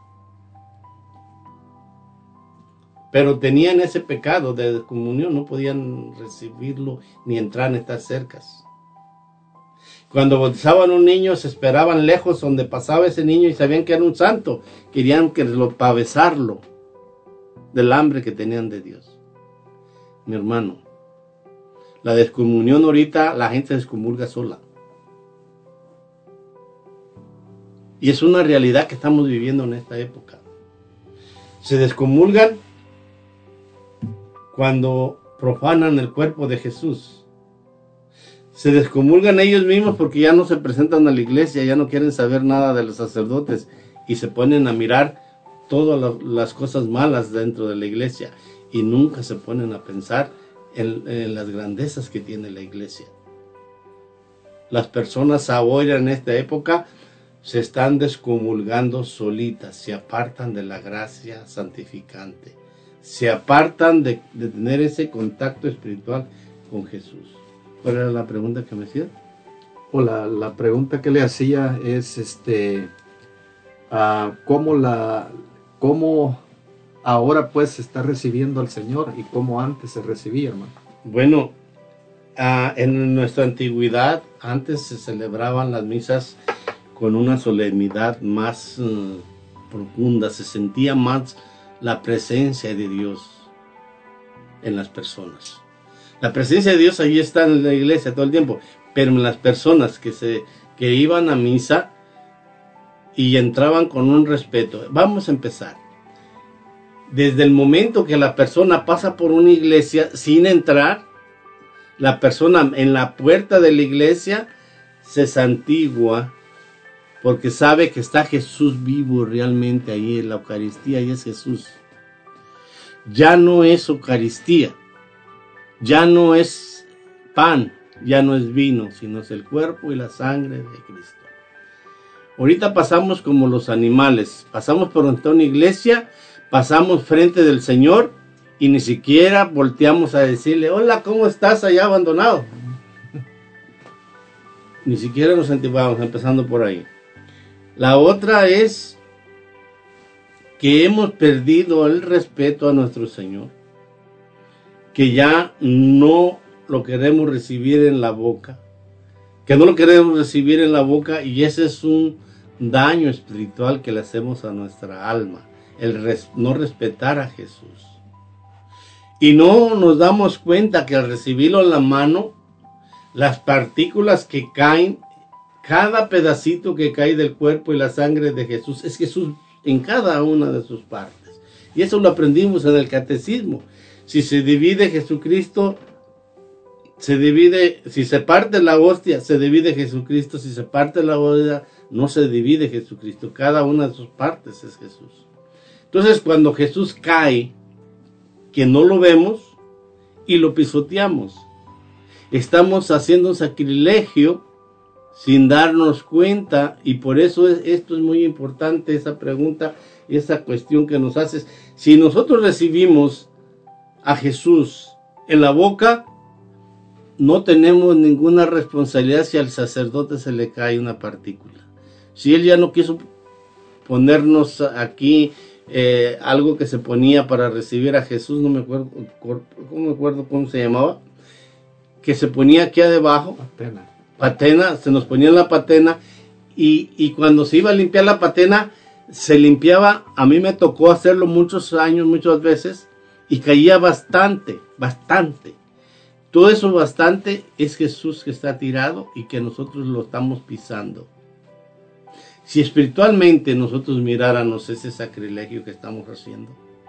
Pero tenían ese pecado de descomunión, no podían recibirlo ni entrar en estas cercas. Cuando bautizaban a un niño, se esperaban lejos donde pasaba ese niño y sabían que era un santo. Querían que lo, para besarlo del hambre que tenían de Dios. Mi hermano, la descomunión ahorita, la gente descomulga sola. Y es una realidad que estamos viviendo en esta época. Se descomulgan cuando profanan el cuerpo de Jesús. Se descomulgan ellos mismos porque ya no se presentan a la iglesia, ya no quieren saber nada de los sacerdotes y se ponen a mirar todas las cosas malas dentro de la iglesia y nunca se ponen a pensar en, en las grandezas que tiene la iglesia. Las personas ahora en esta época se están descomulgando solitas, se apartan de la gracia santificante, se apartan de, de tener ese contacto espiritual con Jesús. ¿Cuál era la pregunta que me hacía? O la, la pregunta que le hacía es, este, uh, ¿cómo la, cómo ahora pues se está recibiendo al Señor y cómo antes se recibía, hermano? Bueno, uh, en nuestra antigüedad antes se celebraban las misas con una solemnidad más uh, profunda, se sentía más la presencia de Dios en las personas. La presencia de Dios ahí está en la iglesia todo el tiempo, pero en las personas que, se, que iban a misa y entraban con un respeto. Vamos a empezar. Desde el momento que la persona pasa por una iglesia sin entrar, la persona en la puerta de la iglesia se santigua porque sabe que está Jesús vivo realmente ahí en la Eucaristía, y es Jesús. Ya no es Eucaristía, ya no es pan, ya no es vino, sino es el cuerpo y la sangre de Cristo. Ahorita pasamos como los animales, pasamos por una iglesia, pasamos frente del Señor y ni siquiera volteamos a decirle, hola, ¿cómo estás allá abandonado? Ni siquiera nos santiguamos, empezando por ahí. La otra es que hemos perdido el respeto a nuestro Señor, que ya no lo queremos recibir en la boca, que no lo queremos recibir en la boca, y ese es un daño espiritual que le hacemos a nuestra alma, el res, no respetar a Jesús. Y no nos damos cuenta que al recibirlo en la mano, las partículas que caen, cada pedacito que cae del cuerpo y la sangre de Jesús, es Jesús en cada una de sus partes. Y eso lo aprendimos en el catecismo. Si se divide Jesucristo, se divide, si se parte la hostia, se divide Jesucristo. Si se parte la hostia, no se divide Jesucristo. Cada una de sus partes es Jesús. Entonces, cuando Jesús cae, que no lo vemos y lo pisoteamos, estamos haciendo un sacrilegio sin darnos cuenta, y por eso es, esto es muy importante, esa pregunta, esa cuestión que nos haces. Si nosotros recibimos a Jesús en la boca, no tenemos ninguna responsabilidad si al sacerdote se le cae una partícula. Si él ya no quiso ponernos aquí eh, algo que se ponía para recibir a Jesús, no me acuerdo, no me acuerdo cómo se llamaba, que se ponía aquí abajo, Patena. patena, se nos ponía en la patena, y, y cuando se iba a limpiar la patena, se limpiaba, a mí me tocó hacerlo muchos años, muchas veces, y caía bastante, bastante. Todo eso bastante es Jesús que está tirado y que nosotros lo estamos pisando. Si espiritualmente nosotros miráramos ese sacrilegio que estamos haciendo,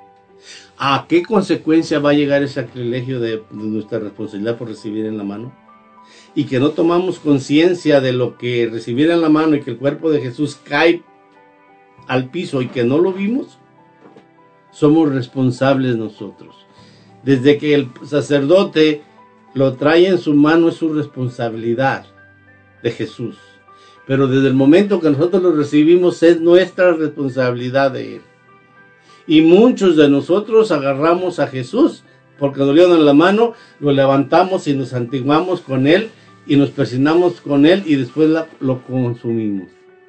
¿a qué consecuencia va a llegar ese sacrilegio de, de nuestra responsabilidad por recibir en la mano? Y que no tomamos conciencia de lo que recibir en la mano y que el cuerpo de Jesús cae al piso y que no lo vimos, somos responsables nosotros. Desde que el sacerdote lo trae en su mano es su responsabilidad de Jesús. Pero desde el momento que nosotros lo recibimos es nuestra responsabilidad de Él. Y muchos de nosotros agarramos a Jesús porque nos dieron en la mano, lo levantamos y nos santiguamos con Él y nos persignamos con Él y después la, lo consumimos.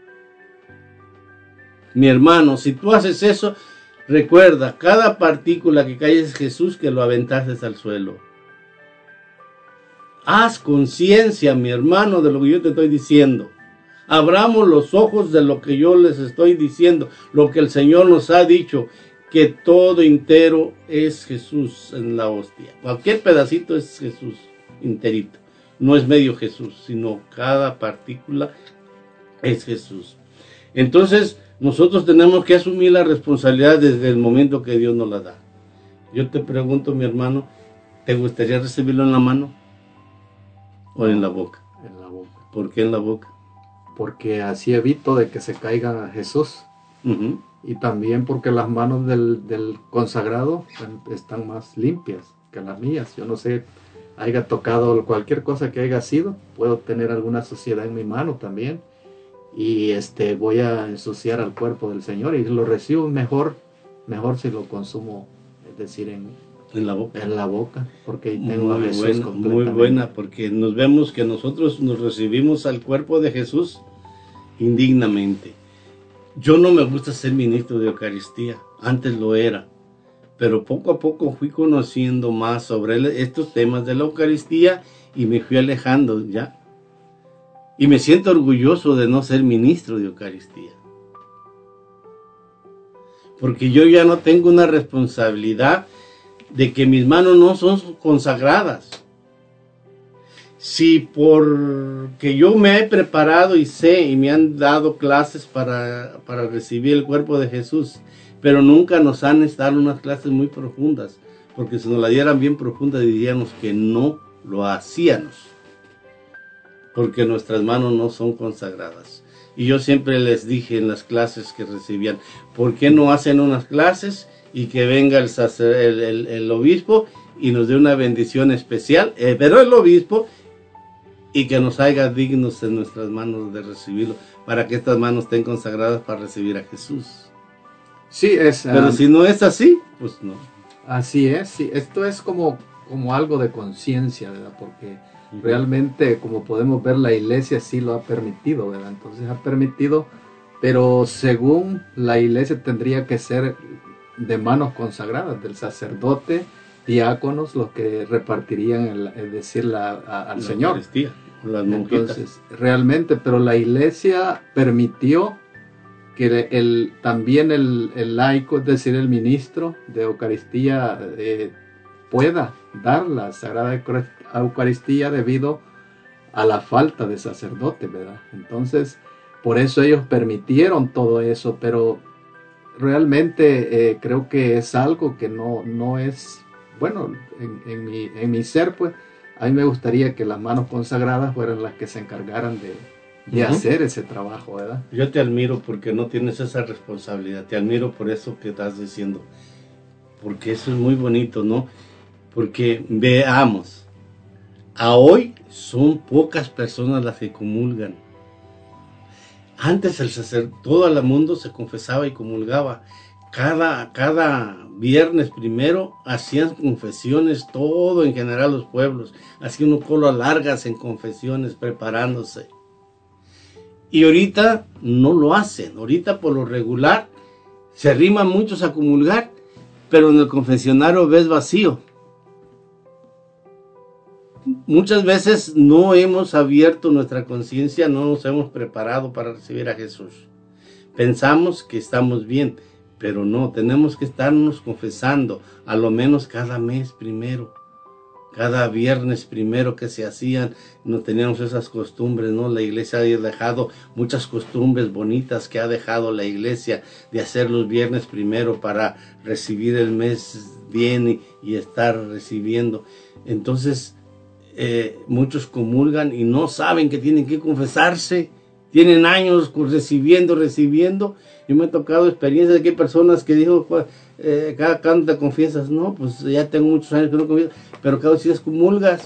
Mi hermano, si tú haces eso, recuerda, cada partícula que cae es Jesús que lo aventaste al suelo. Haz conciencia, mi hermano, de lo que yo te estoy diciendo. Abramos los ojos de lo que yo les estoy diciendo, lo que el Señor nos ha dicho, que todo entero es Jesús en la hostia. Cualquier pedacito es Jesús enterito. No es medio Jesús, sino cada partícula es Jesús. Entonces, nosotros tenemos que asumir la responsabilidad desde el momento que Dios nos la da. Yo te pregunto, mi hermano, ¿te gustaría recibirlo en la mano o en la boca? En la boca. ¿Por qué en la boca? Porque así evito de que se caiga a Jesús. Uh-huh. Y también porque las manos del, del consagrado están más limpias que las mías. Yo no sé, haya tocado cualquier cosa que haya sido, puedo tener alguna suciedad en mi mano también. Y este voy a ensuciar al cuerpo del Señor y lo recibo mejor, mejor si lo consumo, es decir, en, en la boca. En la boca, porque tengo muy a Jesús buena, muy buena, porque nos vemos que nosotros nos recibimos al cuerpo de Jesús indignamente. Yo no me gusta ser ministro de Eucaristía, antes lo era, pero poco a poco fui conociendo más sobre estos temas de la Eucaristía y me fui alejando ya. Y me siento orgulloso de no ser ministro de Eucaristía. Porque yo ya no tengo una responsabilidad de que mis manos no son consagradas. Si porque yo me he preparado y sé y me han dado clases para, para recibir el cuerpo de Jesús, pero nunca nos han dado unas clases muy profundas, porque si nos la dieran bien profundas diríamos que no lo hacíamos, porque nuestras manos no son consagradas. Y yo siempre les dije en las clases que recibían, ¿por qué no hacen unas clases y que venga el, sacer, el, el, el obispo y nos dé una bendición especial, eh, pero el obispo, y que nos haga dignos en nuestras manos de recibirlo, para que estas manos estén consagradas para recibir a Jesús? Sí, es... Pero um, si no es así, pues no. Así es, sí. Esto es como, como algo de conciencia, ¿verdad? Porque uh-huh. realmente, como podemos ver, la iglesia sí lo ha permitido, ¿verdad? Entonces ha permitido, pero según la iglesia tendría que ser de manos consagradas, del sacerdote, diáconos, los que repartirían, el, es decir, la, a, al la Señor. Eucaristía, las monjitas. Entonces, realmente, pero la iglesia permitió que el, también el, el laico, es decir, el ministro de Eucaristía, eh, pueda dar la Sagrada Eucaristía debido a la falta de sacerdote, ¿verdad? Entonces, por eso ellos permitieron todo eso, pero realmente eh, creo que es algo que no, no es, bueno, en, en, mi, en mi ser, pues, a mí me gustaría que las manos consagradas fueran las que se encargaran de, de uh-huh. hacer ese trabajo, ¿verdad? Yo te admiro porque no tienes esa responsabilidad, te admiro por eso que estás diciendo, porque eso es muy bonito, ¿no? Porque veamos, a hoy son pocas personas las que comulgan. Antes el sacerdote, todo el mundo se confesaba y comulgaba. Cada, cada viernes primero hacían confesiones, todo en general los pueblos. Hacían unas colas largas en confesiones, preparándose. Y ahorita no lo hacen. Ahorita por lo regular se arriman muchos a comulgar, pero en el confesionario ves vacío. Muchas veces no hemos abierto nuestra conciencia, no nos hemos preparado para recibir a Jesús. Pensamos que estamos bien, pero no, tenemos que estarnos confesando, a lo menos cada mes primero, cada viernes primero que se hacían, no teníamos esas costumbres, ¿no? La iglesia ha dejado muchas costumbres bonitas que ha dejado la iglesia de hacer los viernes primero para recibir el mes bien y, y estar recibiendo. Entonces, Eh, muchos comulgan y no saben que tienen que confesarse, tienen años recibiendo, recibiendo, y me ha tocado experiencias de que hay personas que dijo, eh, cada cuando te confiesas, no, pues ya tengo muchos años que no confieso, pero cada vez comulgas.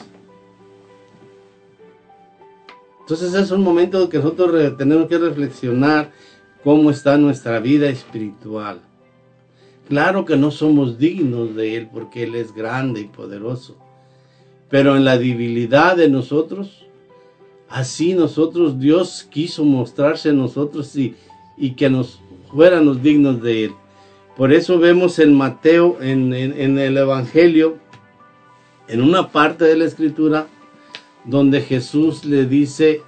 Entonces es un momento que nosotros tenemos que reflexionar cómo está nuestra vida espiritual. Claro que no somos dignos de Él porque Él es grande y poderoso, pero en la debilidad de nosotros, así nosotros, Dios quiso mostrarse a nosotros y, y que nos fuéramos dignos de Él. Por eso vemos en Mateo, en, en, en el Evangelio, en una parte de la Escritura, donde Jesús le dice,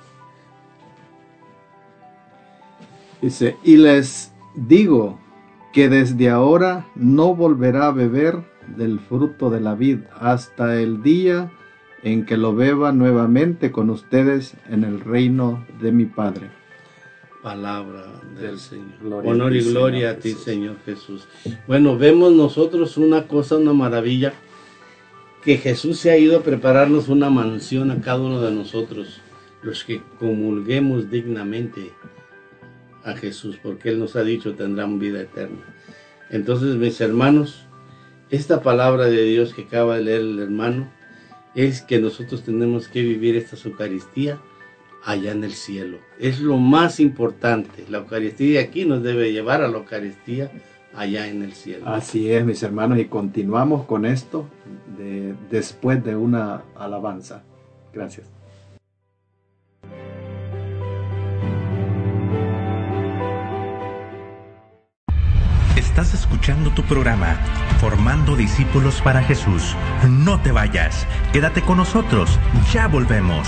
dice, y les digo que desde ahora no volverá a beber del fruto de la vid hasta el día en que lo beba nuevamente con ustedes en el reino de mi Padre. Palabra del, del Señor. Gloria Honor y ti, gloria Señor a ti, Jesús. Señor Jesús. Bueno, vemos nosotros una cosa, una maravilla, que Jesús se ha ido a prepararnos una mansión a cada uno de nosotros, los que comulguemos dignamente a Jesús, porque Él nos ha dicho tendrán vida eterna. Entonces, mis hermanos, esta palabra de Dios que acaba de leer el hermano es que nosotros tenemos que vivir esta Eucaristía allá en el cielo. Es lo más importante. La Eucaristía aquí nos debe llevar a la Eucaristía allá en el cielo. Así es, mis hermanos, y continuamos con esto de, después de una alabanza. Gracias. Estás escuchando escuchando tu programa, Formando Discípulos para Jesús. No te vayas, quédate con nosotros, ya volvemos.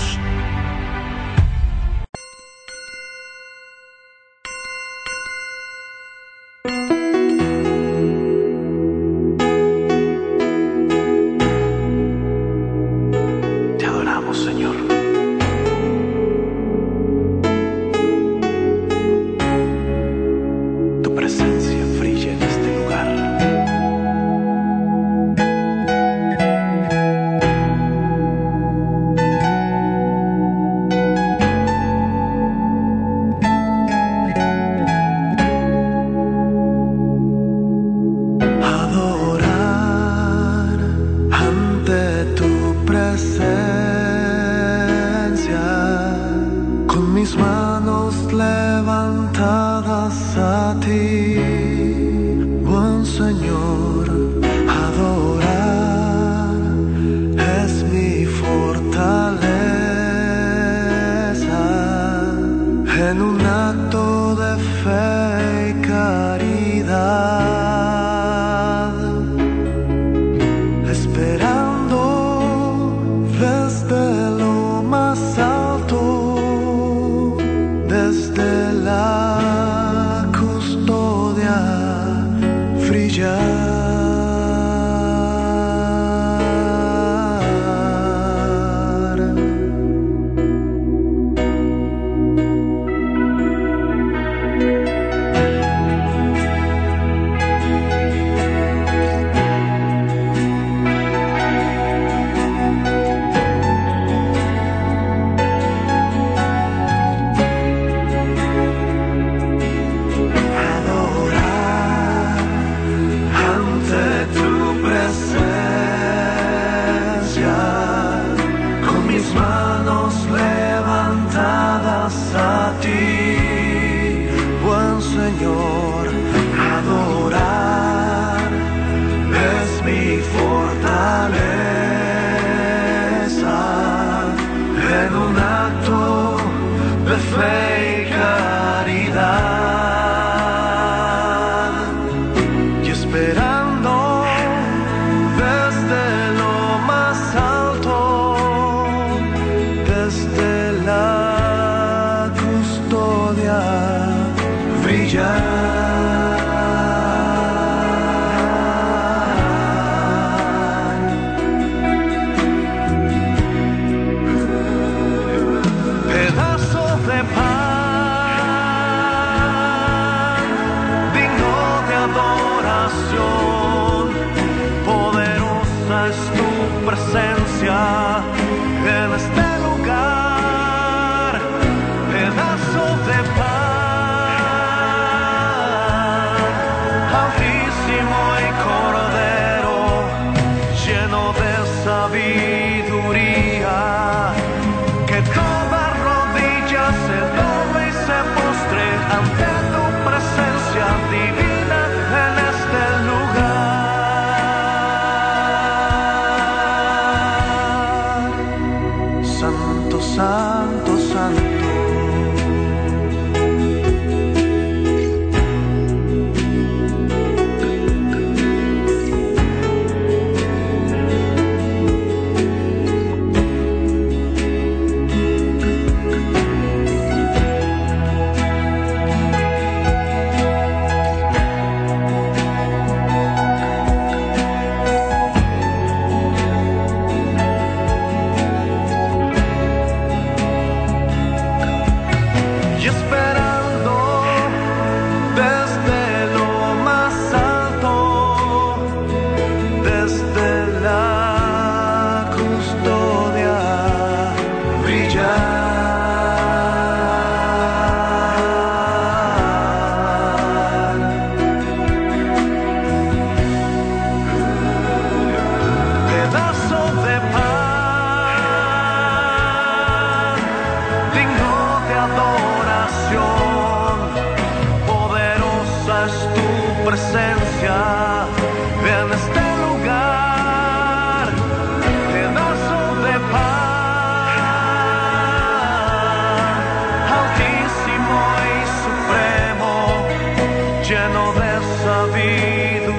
lleno de sabiduría.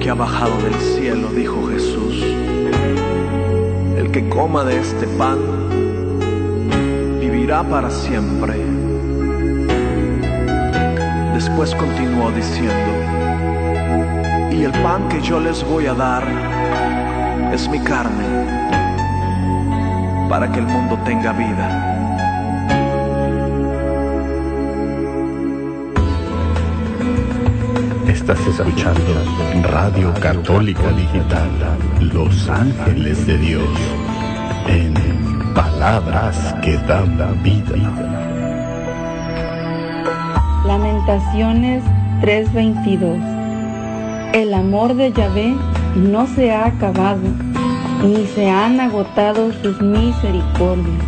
que ha bajado del cielo, dijo Jesús. El que coma de este pan vivirá para siempre. Después continuó diciendo, y el pan que yo les voy a dar es mi carne, para que el mundo tenga vida. Estás escuchando Radio Católica Digital, Los Ángeles de Dios, en palabras que dan vida. Lamentaciones tres veintidós. El amor de Yahvé no se ha acabado, ni se han agotado sus misericordias.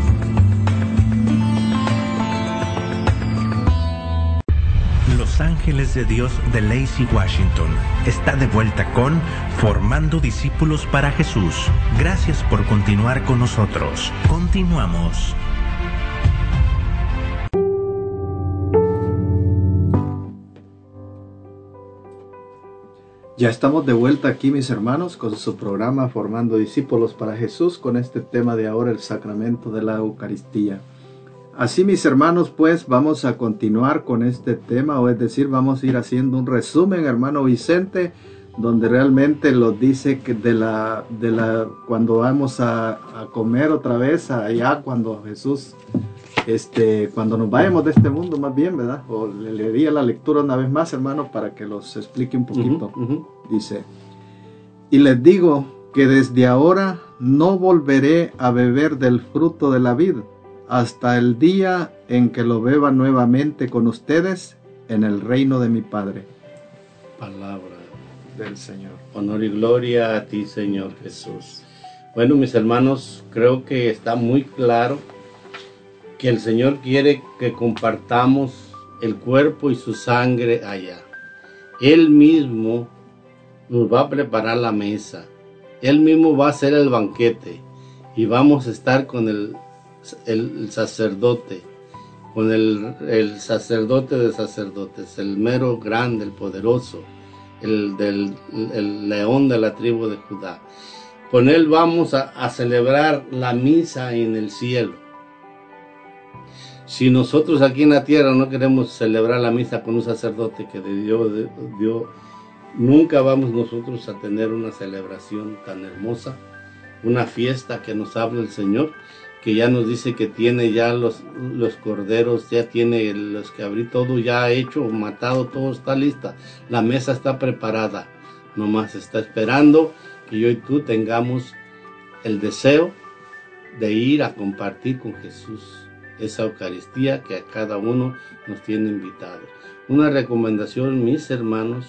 Los Ángeles de Dios de Lacey Washington está de vuelta con Formando Discípulos para Jesús. Gracias por continuar con nosotros. Continuamos. Ya estamos de vuelta aquí, mis hermanos, con su programa Formando Discípulos para Jesús, con este tema de ahora, el sacramento de la Eucaristía. Así, mis hermanos, pues vamos a continuar con este tema, o es decir, vamos a ir haciendo un resumen, hermano Vicente, donde realmente nos dice que de la, de la, cuando vamos a, a comer otra vez, allá cuando Jesús, este, cuando nos vayamos de este mundo más bien, ¿verdad? O le leería la lectura una vez más, hermano, para que los explique un poquito. Uh-huh, uh-huh. Dice, y les digo que desde ahora no volveré a beber del fruto de la vid, hasta el día en que lo beba nuevamente con ustedes en el reino de mi Padre. Palabra del Señor. Honor y gloria a ti, Señor Jesús. Bueno, mis hermanos, creo que está muy claro que el Señor quiere que compartamos el cuerpo y su sangre allá. Él mismo nos va a preparar la mesa. Él mismo va a hacer el banquete y vamos a estar con el El sacerdote, con el, el sacerdote de sacerdotes, el mero grande, el poderoso, el, del, el león de la tribu de Judá. Con él vamos a, a celebrar la misa en el cielo. Si nosotros aquí en la tierra no queremos celebrar la misa con un sacerdote que de Dios, de Dios, nunca vamos nosotros a tener una celebración tan hermosa, una fiesta que nos habla el Señor, que ya nos dice que tiene ya los, los corderos, ya tiene los que abrí todo ya hecho, matado, todo está lista. La mesa está preparada, nomás está esperando que yo y tú tengamos el deseo de ir a compartir con Jesús esa Eucaristía que a cada uno nos tiene invitado. Una recomendación, mis hermanos,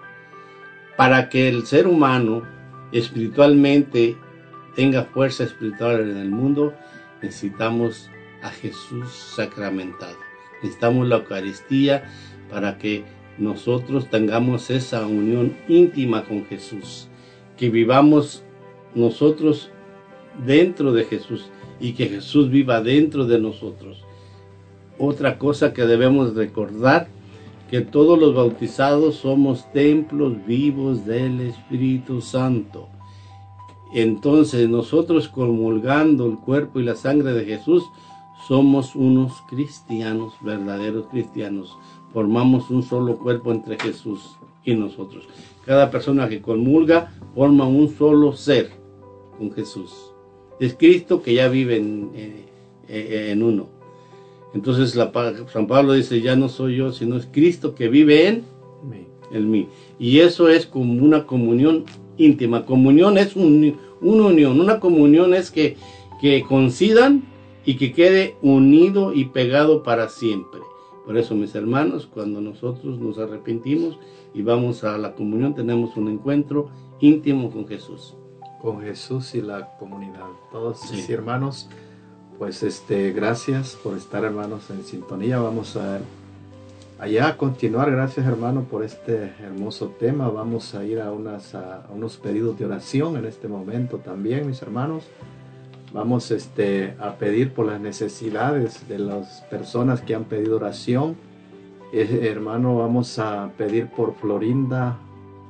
para que el ser humano espiritualmente tenga fuerza espiritual en el mundo, necesitamos a Jesús sacramentado. Necesitamos la Eucaristía para que nosotros tengamos esa unión íntima con Jesús. Que vivamos nosotros dentro de Jesús y que Jesús viva dentro de nosotros. Otra cosa que debemos recordar, que todos los bautizados somos templos vivos del Espíritu Santo. Entonces nosotros, comulgando el cuerpo y la sangre de Jesús, somos unos cristianos, verdaderos cristianos. Formamos un solo cuerpo entre Jesús y nosotros. Cada persona que comulga forma un solo ser con Jesús. Es Cristo que ya vive en, en, en uno. Entonces la, San Pablo dice, ya no soy yo, sino es Cristo que vive en, en mí. Y eso es como una comunión íntima. Comunión es un, una unión. Una comunión es que, que coincidan y que quede unido y pegado para siempre. Por eso, mis hermanos, cuando nosotros nos arrepentimos y vamos a la comunión, tenemos un encuentro íntimo con Jesús. Con Jesús y la comunidad. Todos, sí. Sí, hermanos, pues este, gracias por estar, hermanos, en sintonía. Vamos a allá a continuar. Gracias, hermano, por este hermoso tema. Vamos a ir a, unas, a, a unos pedidos de oración en este momento también, mis hermanos. Vamos este, a pedir por las necesidades de las personas que han pedido oración. Eh, hermano, vamos a pedir por Florinda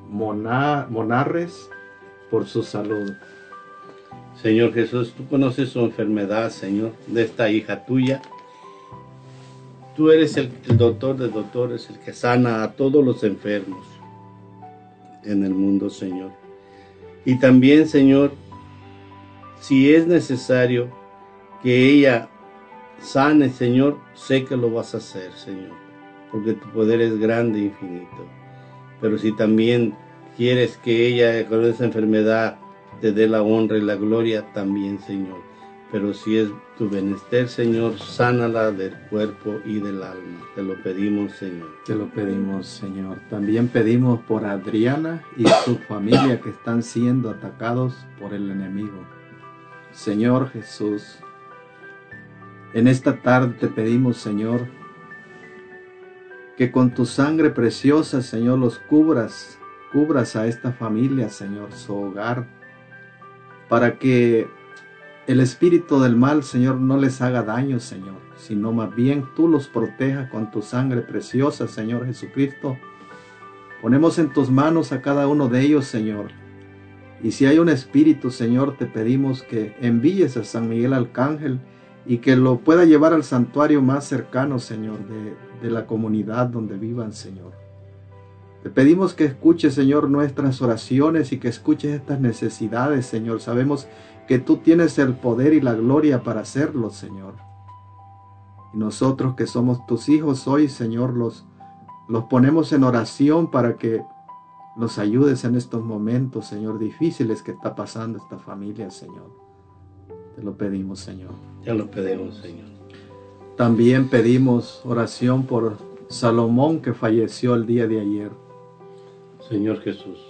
Mona, Monarres por su salud. Señor Jesús, tú conoces su enfermedad, Señor, de esta hija tuya. Tú eres el, el doctor de doctores, el que sana a todos los enfermos en el mundo, Señor. Y también, Señor, si es necesario que ella sane, Señor, sé que lo vas a hacer, Señor, porque tu poder es grande e infinito. Pero si también quieres que ella con esa enfermedad te dé la honra y la gloria, también, Señor. Pero si es tu menester, Señor, sánala del cuerpo y del alma. Te lo pedimos, Señor. Te lo pedimos, Señor. También pedimos por Adriana y su familia que están siendo atacados por el enemigo. Señor Jesús, en esta tarde te pedimos, Señor, que con tu sangre preciosa, Señor, los cubras, cubras a esta familia, Señor, su hogar, para que el espíritu del mal, Señor, no les haga daño, Señor, sino más bien tú los protejas con tu sangre preciosa, Señor Jesucristo. Ponemos en tus manos a cada uno de ellos, Señor. Y si hay un espíritu, Señor, te pedimos que envíes a San Miguel Arcángel y que lo pueda llevar al santuario más cercano, Señor, de, de la comunidad donde vivan, Señor. Te pedimos que escuches, Señor, nuestras oraciones y que escuches estas necesidades, Señor. Sabemos que tú tienes el poder y la gloria para hacerlo, Señor. Y nosotros que somos tus hijos hoy, Señor, los, los ponemos en oración para que los ayudes en estos momentos, Señor, difíciles que está pasando esta familia, Señor. Te lo pedimos, Señor. Te lo pedimos, Señor. También pedimos oración por Salomón, que falleció el día de ayer. Señor Jesús,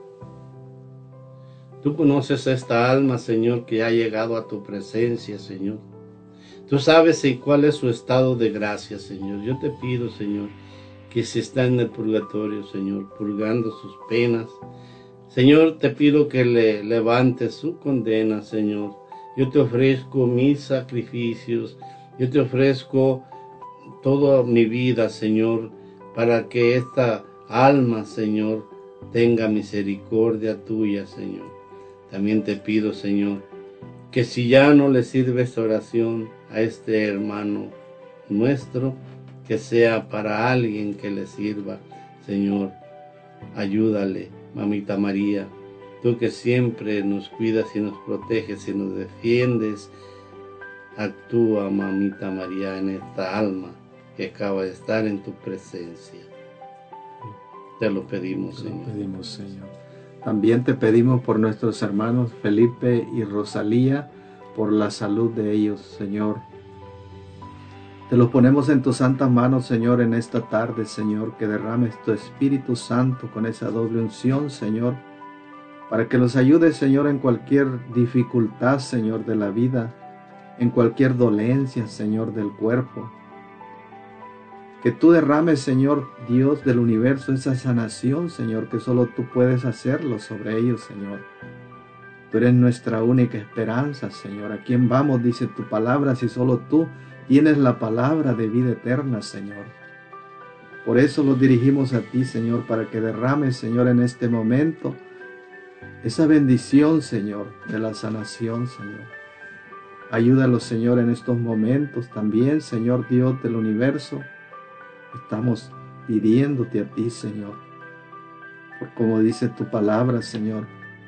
tú conoces a esta alma, Señor, que ha llegado a tu presencia, Señor. Tú sabes en cuál es su estado de gracia, Señor. Yo te pido, Señor, que si está en el purgatorio, Señor, purgando sus penas, Señor, te pido que le levantes su condena, Señor. Yo te ofrezco mis sacrificios, yo te ofrezco toda mi vida, Señor, para que esta alma, Señor, tenga misericordia tuya, Señor. También te pido, Señor, que si ya no le sirve esta oración a este hermano nuestro, que sea para alguien que le sirva, Señor. Ayúdale, Mamita María, tú que siempre nos cuidas y nos proteges y nos defiendes. Actúa, Mamita María, en esta alma que acaba de estar en tu presencia. Te lo pedimos, Te lo Señor. pedimos, Señor. También te pedimos por nuestros hermanos Felipe y Rosalía, por la salud de ellos, Señor. Te los ponemos en tus santas manos, Señor, en esta tarde, Señor, que derrames tu Espíritu Santo con esa doble unción, Señor, para que los ayudes, Señor, en cualquier dificultad, Señor, de la vida, en cualquier dolencia, Señor, del cuerpo. Que tú derrames, Señor, Dios del universo, esa sanación, Señor, que solo tú puedes hacerlo sobre ellos, Señor. Tú eres nuestra única esperanza, Señor. ¿A quién vamos, dice tu palabra, si solo tú tienes la palabra de vida eterna, Señor? Por eso los dirigimos a ti, Señor, para que derrames, Señor, en este momento esa bendición, Señor, de la sanación, Señor. Ayúdalos, Señor, en estos momentos también, Señor Dios del universo. Estamos pidiéndote a ti, Señor, por como dice tu palabra, Señor.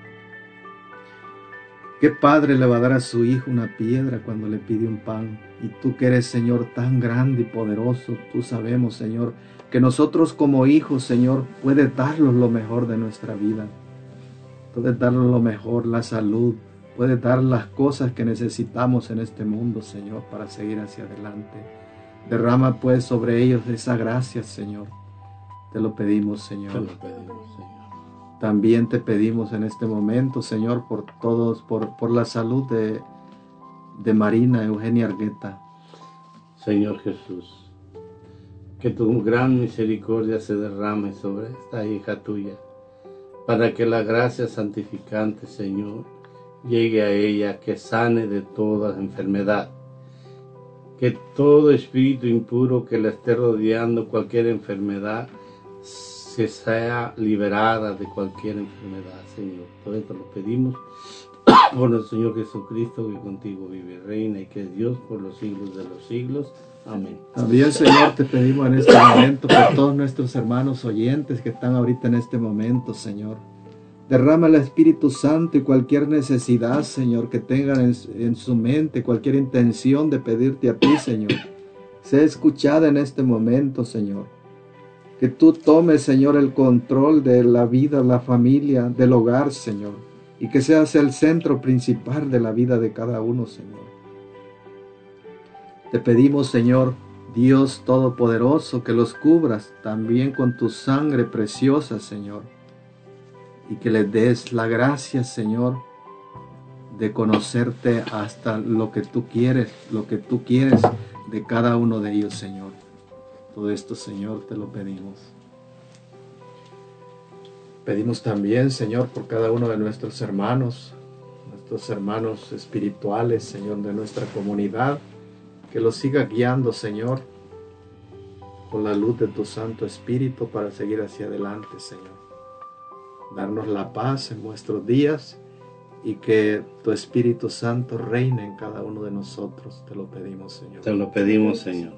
¿Qué padre le va a dar a su hijo una piedra cuando le pide un pan? Y tú que eres, Señor, tan grande y poderoso, tú sabemos, Señor, que nosotros como hijos, Señor, puedes darnos lo mejor de nuestra vida. Puedes darnos lo mejor, la salud. Puedes dar las cosas que necesitamos en este mundo, Señor, para seguir hacia adelante. Derrama pues sobre ellos esa gracia, Señor. Te lo pedimos, Señor. Te lo pedimos, Señor. También te pedimos en este momento, Señor, por todos, por, por la salud de, de Marina Eugenia Argueta. Señor Jesús, que tu gran misericordia se derrame sobre esta hija tuya, para que la gracia santificante, Señor, llegue a ella, que sane de toda enfermedad. Que todo espíritu impuro que la esté rodeando, cualquier enfermedad, que sea liberada de cualquier enfermedad, Señor. Todo esto lo pedimos por nuestro Señor Jesucristo, que contigo vive y reina y que es Dios por los siglos de los siglos. Amén. También, Señor, te pedimos en este momento por todos nuestros hermanos oyentes que están ahorita en este momento, Señor. Derrama el Espíritu Santo y cualquier necesidad, Señor, que tengan en, en su mente, cualquier intención de pedirte a ti, Señor, sea escuchada en este momento, Señor. Que tú tomes, Señor, el control de la vida, la familia, del hogar, Señor, y que seas el centro principal de la vida de cada uno, Señor. Te pedimos, Señor, Dios Todopoderoso, que los cubras también con tu sangre preciosa, Señor, y que les des la gracia, Señor, de conocerte hasta lo que tú quieres, lo que tú quieres de cada uno de ellos, Señor. Todo esto, Señor, te lo pedimos. Pedimos también, Señor, por cada uno de nuestros hermanos, nuestros hermanos espirituales, Señor, de nuestra comunidad, que los siga guiando, Señor, con la luz de tu Santo Espíritu para seguir hacia adelante, Señor. Darnos la paz en nuestros días y que tu Espíritu Santo reine en cada uno de nosotros. Te lo pedimos, Señor. Te lo pedimos, Señor.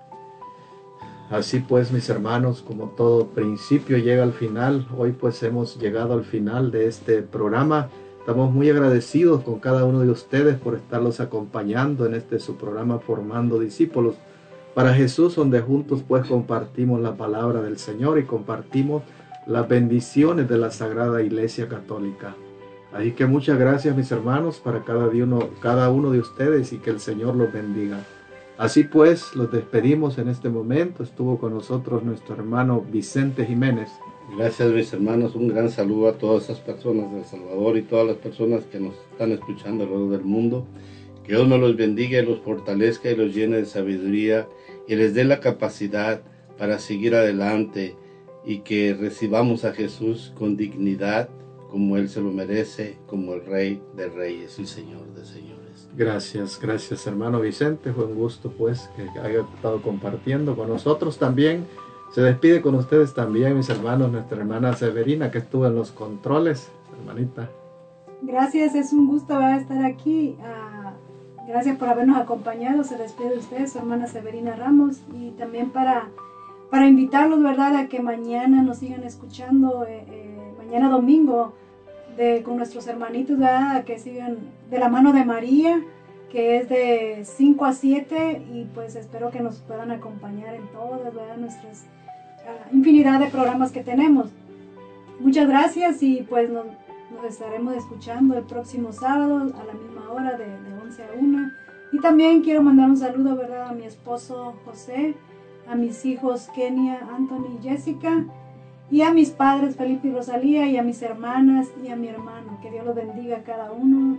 Así pues, mis hermanos, como todo principio llega al final, hoy pues hemos llegado al final de este programa. Estamos muy agradecidos con cada uno de ustedes por estarlos acompañando en este su programa Formando Discípulos para Jesús, donde juntos pues compartimos la palabra del Señor y compartimos las bendiciones de la Sagrada Iglesia Católica. Así que muchas gracias, mis hermanos, para cada uno, cada uno de ustedes y que el Señor los bendiga. Así pues, los despedimos en este momento. Estuvo con nosotros nuestro hermano Vicente Jiménez. Gracias, mis hermanos. Un gran saludo a todas esas personas de El Salvador y todas las personas que nos están escuchando alrededor del mundo. Que Dios nos los bendiga y los fortalezca y los llene de sabiduría y les dé la capacidad para seguir adelante y que recibamos a Jesús con dignidad, como Él se lo merece, como el Rey de Reyes y Señor de Señores. Gracias, gracias, hermano Vicente. Fue un gusto pues que haya estado compartiendo con nosotros también. Se despide con ustedes también, mis hermanos, nuestra hermana Severina, que estuvo en los controles. Hermanita. Gracias, es un gusto, ¿verdad?, estar aquí. Uh, gracias por habernos acompañado. Se despide de ustedes, su hermana Severina Ramos. Y también para, para invitarlos, ¿verdad?, a que mañana nos sigan escuchando, eh, eh, mañana domingo, de, con nuestros hermanitos, ¿verdad?, a que sigan de la mano de María, que es de cinco a siete, y pues espero que nos puedan acompañar en todas, ¿verdad?, nuestras uh, infinidad de programas que tenemos. Muchas gracias y pues nos, nos estaremos escuchando el próximo sábado a la misma hora de, de once a una. Y también quiero mandar un saludo, ¿verdad?, a mi esposo José, a mis hijos Kenia, Anthony y Jessica, y a mis padres Felipe y Rosalía, y a mis hermanas y a mi hermano. Que Dios los bendiga a cada uno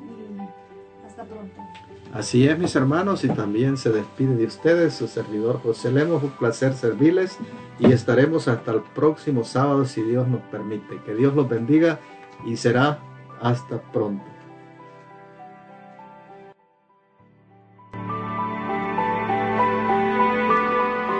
y hasta pronto. Así es, mis hermanos, y también se despide de ustedes su servidor José Lemos. Un placer servirles y estaremos hasta el próximo sábado si Dios nos permite. Que Dios los bendiga y será hasta pronto.